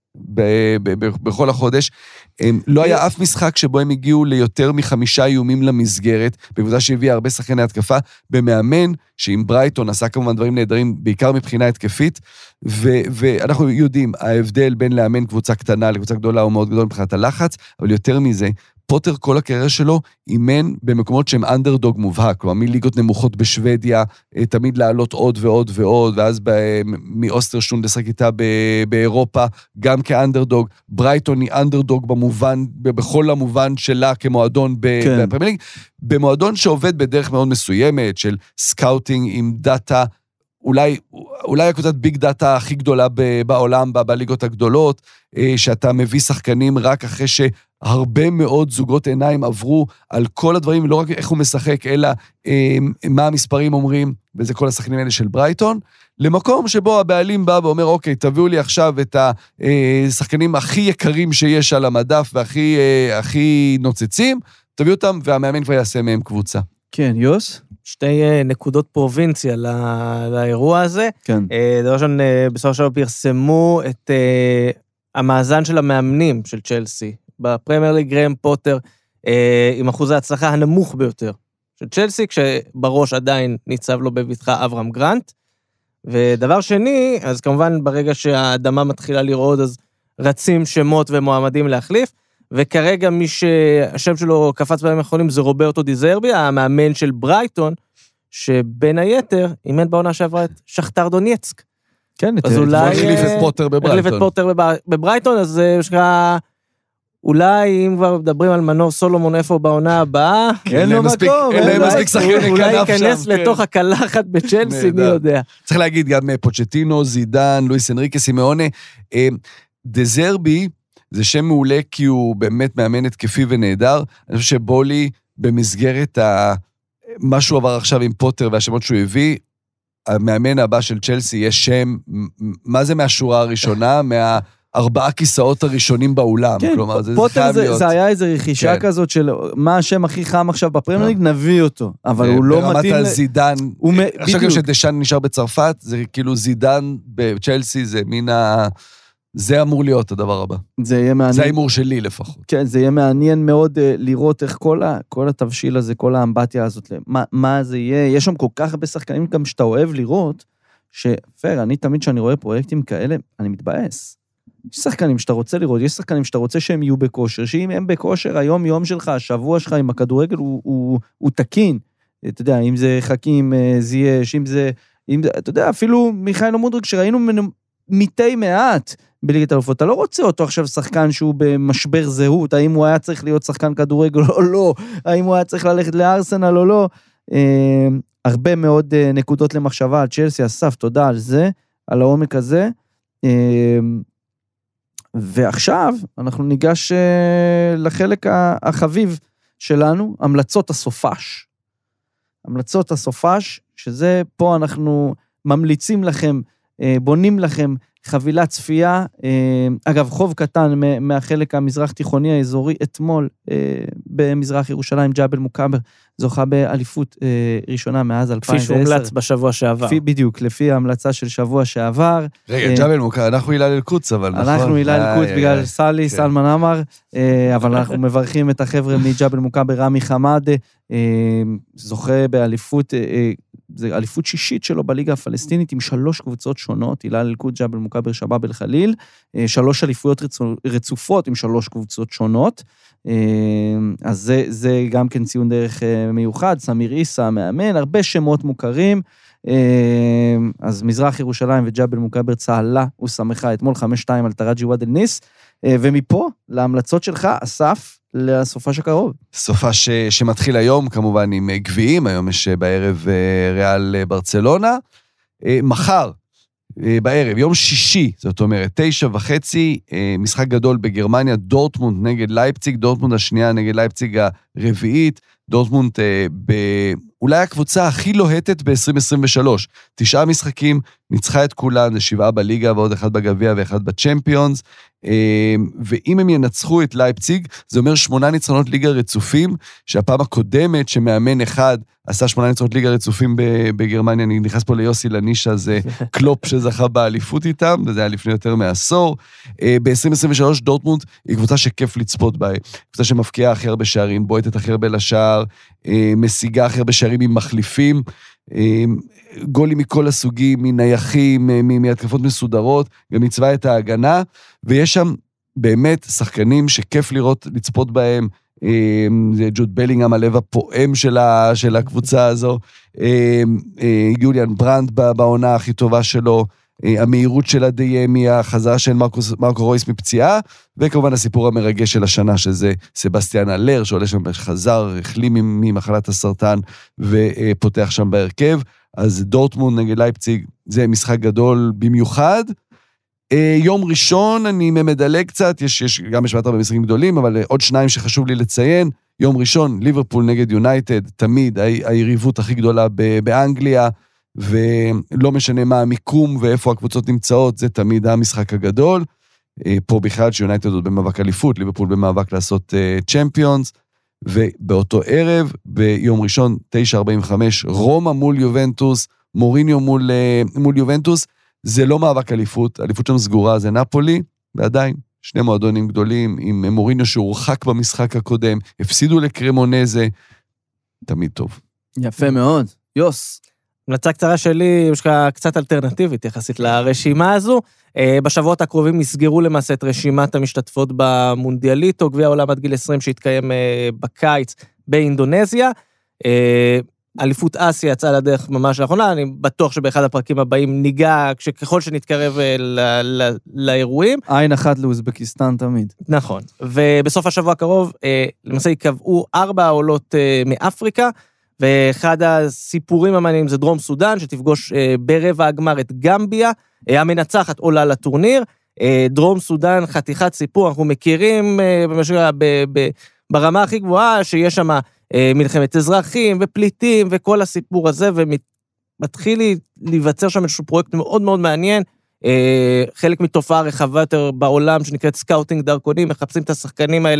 בכל החודש, לא היה אף משחק שבו הם הגיעו ליותר מ5 איומים למסגרת, בעבודה שהביאה הרבה שחקני התקפה, במאמן, שעם ברייטון עשה כמובן דברים נהדרים, בעיקר מבחינה התקפית, ואנחנו יודעים, ההבדל בין לאמן קבוצה קטנה לקבוצה גדולה הוא מאוד גדול מבחינת הלחץ, אבל יותר מזה, פוטר כל הקריירה שלו אימן במקומות שהם אנדרדוג מובהק, כלומר מליגות נמוכות בשוודיה, תמיד לעלות עוד ועוד ועוד, ואז מאוסטרשונד לשחק איתה באירופה, גם כאנדרדוג, ברייטון היא אנדרדוג במובן, בכל המובן שלה כמועדון בפרמייר ליג, במועדון שעובד בדרך מאוד מסוימת, של סקאוטינג עם דאטה, אולי הקבוצת ביג דאטה הכי גדולה בעולם, בליגות הגדולות, שאתה מביא שחקנים רק אחרי שהרבה מאוד זוגות עיניים עברו על כל הדברים, לא רק איך הוא משחק, אלא מה המספרים אומרים, וזה כל השחקנים האלה של ברייטון, למקום שבו הבעלים בא ואומר, אוקיי, תביאו לי עכשיו את השחקנים הכי יקרים שיש על המדף, והכי נוצצים, תביאו אותם, והמאמן כבר יעשה מהם קבוצה. כן, יוס? 2 נקודות פרובינציה לאירוע הזה. כן. דבר ראשון, בסופו של דבר פרסמו את המאזן של המאמנים של צ'לסי. בפרמייר ליג גרהם פוטר, עם אחוז ההצלחה הנמוך ביותר של צ'לסי, כשבראש עדיין ניצב לו בבטחה אברהם גרנט. ודבר שני, אז כמובן ברגע שהאדמה מתחילה לרעוד, אז רצים שמות ומועמדים להחליף, וכרגע מי שהשם שלו קפץ בימים האחרונים זה רוברטו די זרבי, המאמן של ברייטון, שבין היתר אימן בעונה שעברה את שכתר דונייצק. כן, אז אולי החליף את פוטר בברייטון. החליף את פוטר בברייטון, אז אולי אם כבר מדברים על מנור סולומון איפה בעונה הבאה, אין לו מקום, אין להם מספיק שחקני כנף שם. אולי ייכנס לתוך הקלחת בצ'לסי, מי יודע. צריך להגיד גם פוצ'טינו, זידן, לואיס אנריקה, סימאונה, דה זרבי, זה שם מעולה כי הוא באמת מאמן התקפי ונהדר. אני חושב שבולי במסגרת מה שהוא עבר עכשיו עם פוטר והשמות שהוא הביא, המאמן הבא של צ'לסי יש שם, מה זה מהשורה הראשונה? 4 כיסאות הראשונים באולם. כן, כלומר, פוטר זה היה איזו רכישה כזאת של מה השם הכי חם עכשיו בפרמייר ליג, נביא אותו. אבל הוא לא מתאים... ברמת הזידן, עכשיו גם שדשן נשאר בצרפת, זה כאילו זידן בצ'לסי, זה מין זה אמור להיות הדבר הבא. זה יהיה מעניין. זה האימור שלי לפחות. כן, זה יהיה מעניין מאוד לראות איך כל התבשיל הזה, כל האמבטיה הזאת, מה זה יהיה. יש שם כל כך הרבה שחקנים גם שאתה אוהב לראות, שפר, אני תמיד שאני רואה פרויקטים כאלה, אני מתבאס. יש שחקנים שאתה רוצה לראות, יש שחקנים שאתה רוצה שהם יהיו בכושר, שאם הם בכושר, היום שלך, השבוע שלך עם הכדורגל הוא תקין. אתה יודע, אם זה חכים, זייש, אם זה, אתה יודע, אפילו מיכאל מודריק שראינו מתי מעט בליגת האלופות, אתה לא רוצה אותו עכשיו שחקן שהוא במשבר זהות, האם הוא היה צריך להיות שחקן כדורגל או לא, האם הוא היה צריך ללכת לארסנל או לא, הרבה מאוד נקודות למחשבה על צ'לסי, אסף, תודה על זה, על העומק הזה, ועכשיו אנחנו ניגש לחלק החביב שלנו, המלצות הסופש. המלצות הסופש, שזה פה אנחנו ממליצים לכם, בונים לכם חבילת צפייה, אגב, חוב קטן מהחלק המזרח תיכוני האזורי, אתמול במזרח ירושלים, ג'בל מוקאבר, זוכה באליפות ראשונה מאז 2010. כפי שהומלץ בשבוע שעבר. בדיוק, לפי ההמלצה של שבוע שעבר. רגע, ג'בל מוקאבר, אנחנו הילה ללקוץ, אבל נכון. אנחנו הילה ללקוץ בגלל סלמן עמר, אבל אנחנו מברכים את החבר'ה מג'בל מוקאבר, רמי חמד, זוכה באליפות, זה אליפות שישית שלו בליגה הפלסטינית, עם 3 קבוצות שונות, הילה ללקוץ, ג'בל מוקאבר, שבאב אל חליל, 3 אליפויות רצופות עם 3 קבוצות שונות, אז זה גם כן ציון דרך מיוחד, סמיר איסה, מאמן, הרבה שמות מוכרים, אז מזרח ירושלים וג'בל מוקאבר צהלה ושמחה, אתמול 5-2 על תרג'י וואד אל ניס, ומפה להמלצות שלך, אסף, לסופה הקרוב. סופה שמתחיל היום, כמובן עם גביעים, היום יש בערב ריאל ברצלונה, מחר, בערב, יום שישי, זאת אומרת, 9:30, משחק גדול בגרמניה, דורטמונד נגד לייפציג, דורטמונד השנייה נגד לייפציג הרביעית, דורטמונד אולי הקבוצה הכי לוהטת ב-2023, 9 משחקים, ניצחה את כולם, זה 7 בליגה ועוד 1 בגביע ו1 בצ'מפיונס, ואם הם ינצחו את לייפציג, זה אומר 8 ניצחונות ליגה רצופים, שהפעם הקודמת שמאמן אחד עשה 8 ניצחונות ליגה רצופים בגרמניה, אני נכנס פה ליוסי לנישה, זה קלופ שזכה באליפות איתם, וזה היה לפני יותר מעשור. ב-2023 דורטמונד היא קבוצה שכיף לצפות בה, קבוצה שמפקיעה הכי הרבה שערים, בועטת הכי הרבה לשער, משיגה הכי הרבה שערים עם מחליפים, גולים מכל הסוגים, מנייחים, מהתקפות מסודרות, גם מצווה את ההגנה, ויש שם באמת שחקנים שכיף לראות, לצפות בהם, זה ג'וד בלינגהאם, הלב הפועם של הקבוצה הזו, יוליאן ברנד בעונה הכי טובה שלו, המהירות של הדיימי, החזרה של מרקו רויס מפציעה, וכמובן הסיפור המרגש של השנה, שזה סבסטיאן אלר, שעולה שם חזר, החלים ממחלת הסרטן, ופותח שם בהרכב, אז דורטמונד נגד לייפציג, זה משחק גדול במיוחד. יום ראשון, אני מדלג קצת, יש גם בשבט הרבה משחקים גדולים, אבל עוד 2 שחשוב לי לציין, יום ראשון, ליברפול נגד יונייטד, תמיד היריבות הכי גדולה באנגליה, ולא משנה מה המיקום ואיפה הקבוצות נמצאות, זה תמיד המשחק הגדול. פה בכלל שיונייטד עוד במאבק אליפות, ליברפול במאבק לעשות צ'מפיונס, ובאותו ערב, ביום ראשון, 9:45, רומא מול יובנטוס, מוריניו מול יובנטוס, זה לא מאבק אליפות, האליפות שם סגורה, זה נפולי, ועדיין 2 מועדונים גדולים, עם מוריניו שהורחק במשחק הקודם, הפסידו לקרמונזה, תמיד טוב. יפה מאוד. יוס. המלצה קצרה שלי, יש קצת אלטרנטיבית יחסית לרשימה הזו. בשבועות הקרובים נסגרו למעשה את רשימת המשתתפות במונדיאליטו, גביע העולם עד גיל 20 שהתקיים בקיץ באינדונזיה. אליפות אסיה יצאה לדרך ממש לאחרונה, אני בטוח שבאחד הפרקים הבאים ניגע, ככל שנתקרב לאירועים. עין אחת לאוזבקיסטן תמיד. נכון, ובסוף השבוע הקרוב, למעשה יקבעו 4 עולות מאפריקה, ואחד הסיפורים המעניינים זה דרום סודן, שתפגוש ברבע הגמר את גמביה, המנצחת עולה לטורניר, דרום סודן חתיכת סיפור, אנחנו מכירים ברמה הכי גבוהה, שיש שם מלחמת אזרחים ופליטים וכל הסיפור הזה, ומתחיל להיווצר שם איזשהו פרויקט מאוד מאוד מעניין, חלק מתופעה רחבה יותר בעולם, שנקראת סקאוטינג דרכונים, מחפשים את השחקנים האלה,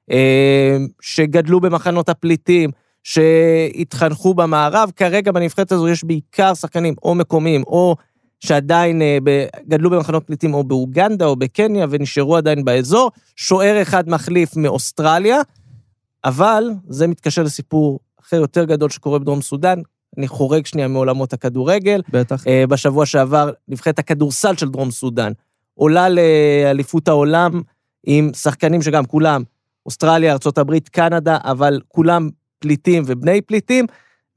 שגדלו במחנות הפליטים, שהתחנכו במערב, כרגע בנבחרת הזו יש בעיקר שחקנים או מקומיים, או שעדיין גדלו במחנות פליטים או באוגנדה או בקניה, ונשארו עדיין באזור, שוער אחד מחליף מאוסטרליה, אבל זה מתקשר לסיפור אחר יותר גדול שקורה בדרום סודן, אני חורג שנייה מעולמות הכדורגל, בטח. בשבוע שעבר נבחרת הכדורסל של דרום סודן, עולה לאליפות העולם עם שחקנים שגם כולם, אוסטרליה, ארצות הברית, קנדה, אבל כולם פליטים ובני פליטים,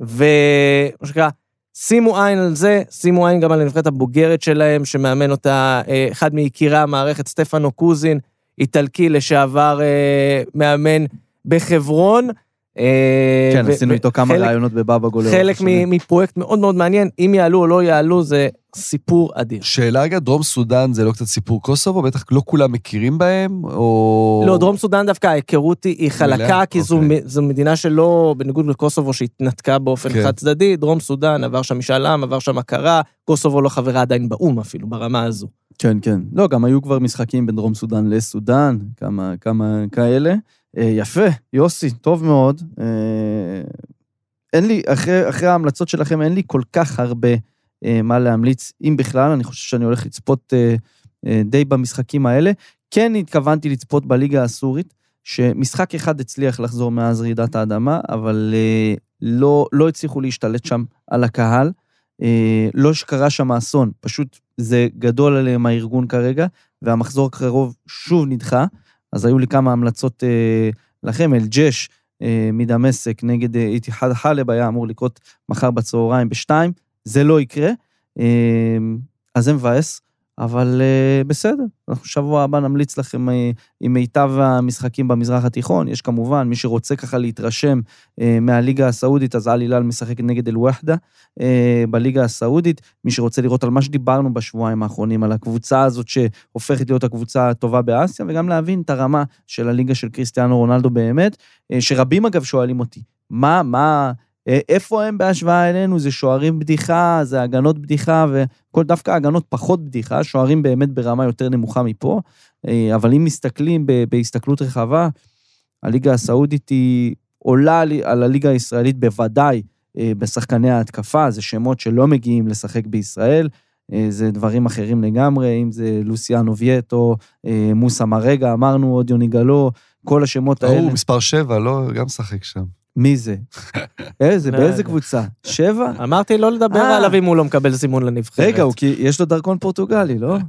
ומה שקרה, שימו עין על זה, שימו עין גם על הנבחרת הבוגרת שלהם, שמאמן אותה אחד מיקירי המערכת, סטפנו קוזין, איטלקי לשעבר מאמן בחברון. כן, עשינו איתו כמה רעיונות בבאבא גולר. חלק מפרויקט מאוד מאוד מעניין, אם יעלו או לא יעלו, זה סיפור אדיר. שאלה רגע, דרום סודן זה לא קצת סיפור קוסובו? בטח לא כולם מכירים בהם? או... לא, דרום סודן דווקא ההיכרות היא חלקה, כי זו מדינה שלא, בניגוד לקוסובו שהתנתקה באופן חד צדדי, דרום סודן עבר שם משאל עם, עבר שם הכרה, קוסובו לא חברה עדיין באום אפילו, ברמה הזו. כן, כן. לא, גם היו כבר משחקים בין דרום סודן לסודן, כמה כאלה. יפה, יוסי, טוב מאוד. אין לי, אחרי ההמלצות שלכם, אין לי כל כך הרבה מה להמליץ, אם בכלל, אני חושב שאני הולך לצפות די במשחקים האלה. כן התכוונתי לצפות בליגה הסורית, שמשחק אחד הצליח לחזור מאז רעידת האדמה, אבל לא הצליחו להשתלט שם על הקהל, לא שקרה שם אסון, פשוט זה גדול עליהם הארגון כרגע, והמחזור הקרוב שוב נדחה, אז היו לי כמה המלצות לכם, אל-ג'ש מדמשק נגד איתיחד חלב, היה אמור לקרות מחר בצהריים ב2, זה לא יקרה, אז זה מבאס, אבל בסדר, אנחנו שבוע הבא נמליץ לכם עם מיטב המשחקים במזרח התיכון, יש כמובן, מי שרוצה ככה להתרשם מהליגה הסעודית, אז אל הילאל משחק נגד אל-וחדה בליגה הסעודית, מי שרוצה לראות על מה שדיברנו בשבועיים האחרונים, על הקבוצה הזאת שהופכת להיות הקבוצה הטובה באסיה, וגם להבין את הרמה של הליגה של קריסטיאנו רונלדו באמת, שרבים אגב שואלים אותי, איפה הם בהשוואה אלינו? זה שוערים בדיחה, זה הגנות בדיחה, וכל דווקא הגנות פחות בדיחה, שוערים באמת ברמה יותר נמוכה מפה, אבל אם מסתכלים בהסתכלות רחבה, הליגה הסעודית היא עולה על הליגה הישראלית בוודאי בשחקני ההתקפה, זה שמות שלא מגיעים לשחק בישראל, זה דברים אחרים לגמרי, אם זה לוסיאנו וייטו, מוסה מרגע, אמרנו עוד יוני גלו, כל השמות האלה. הוא מספר 7, לא? גם שחק שם. מי זה? איזה, באיזה קבוצה? 7? אמרתי לא לדבר עליו אם הוא לא מקבל זימון לנבחרת. רגע, יש לו דרכון פורטוגלי, לא?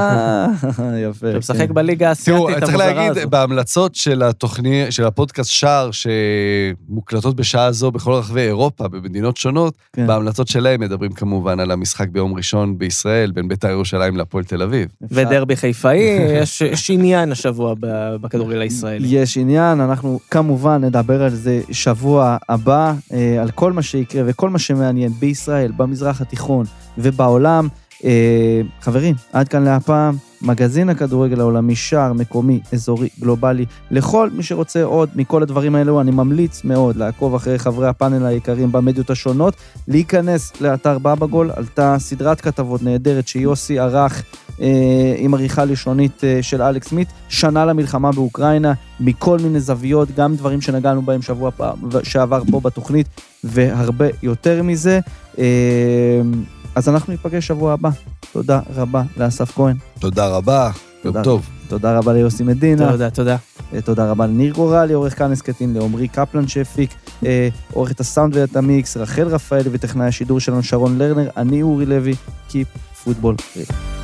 יפה. הוא משחק בליגה האסייתית המוזרה הזו. צריך להגיד, בהמלצות של התוכנית, של הפודקאסט שער, שמוקלטות בשעה זו בכל רחבי אירופה, במדינות שונות, בהמלצות שלהם מדברים כמובן על המשחק ביום ראשון בישראל, בין בית"ר ירושלים להפועל תל אביב. ודרבי חיפאי, יש עניין השבוע בכדורגל הישראלי. יש עניין, אנחנו כמובן נדבר על זה שבוע הבא, על כל מה שיקרה וכל מה שמעניין בישראל, במזרח התיכון ובעולם. חברים, עד כאן להפעם, מגזין הכדורגל העולמי, שער מקומי, אזורי, גלובלי, לכל מי שרוצה עוד מכל הדברים האלו, אני ממליץ מאוד לעקוב אחרי חברי הפאנל היקרים במדיות השונות, להיכנס לאתר בבגול, עלתה סדרת כתבות נהדרת שיוסי ערך עם עריכה לשונית של אלכס סמית, שנה למלחמה באוקראינה, מכל מיני זוויות, גם דברים שנגענו בהם שבוע שעבר פה בתוכנית, והרבה יותר מזה. אז אנחנו ניפגש שבוע הבא. תודה רבה לאסף כהן. תודה רבה. טוב. תודה רבה ליוסי מדינה. תודה. תודה רבה לניר גורלי, עורך כאן הסקטים, לעומרי קפלן שהפיק, עורכת הסאונד ואת המיקס, רחל רפאלי וטכנאי השידור שלנו שרון לרנר, אני אורי לוי, Keep Football Real.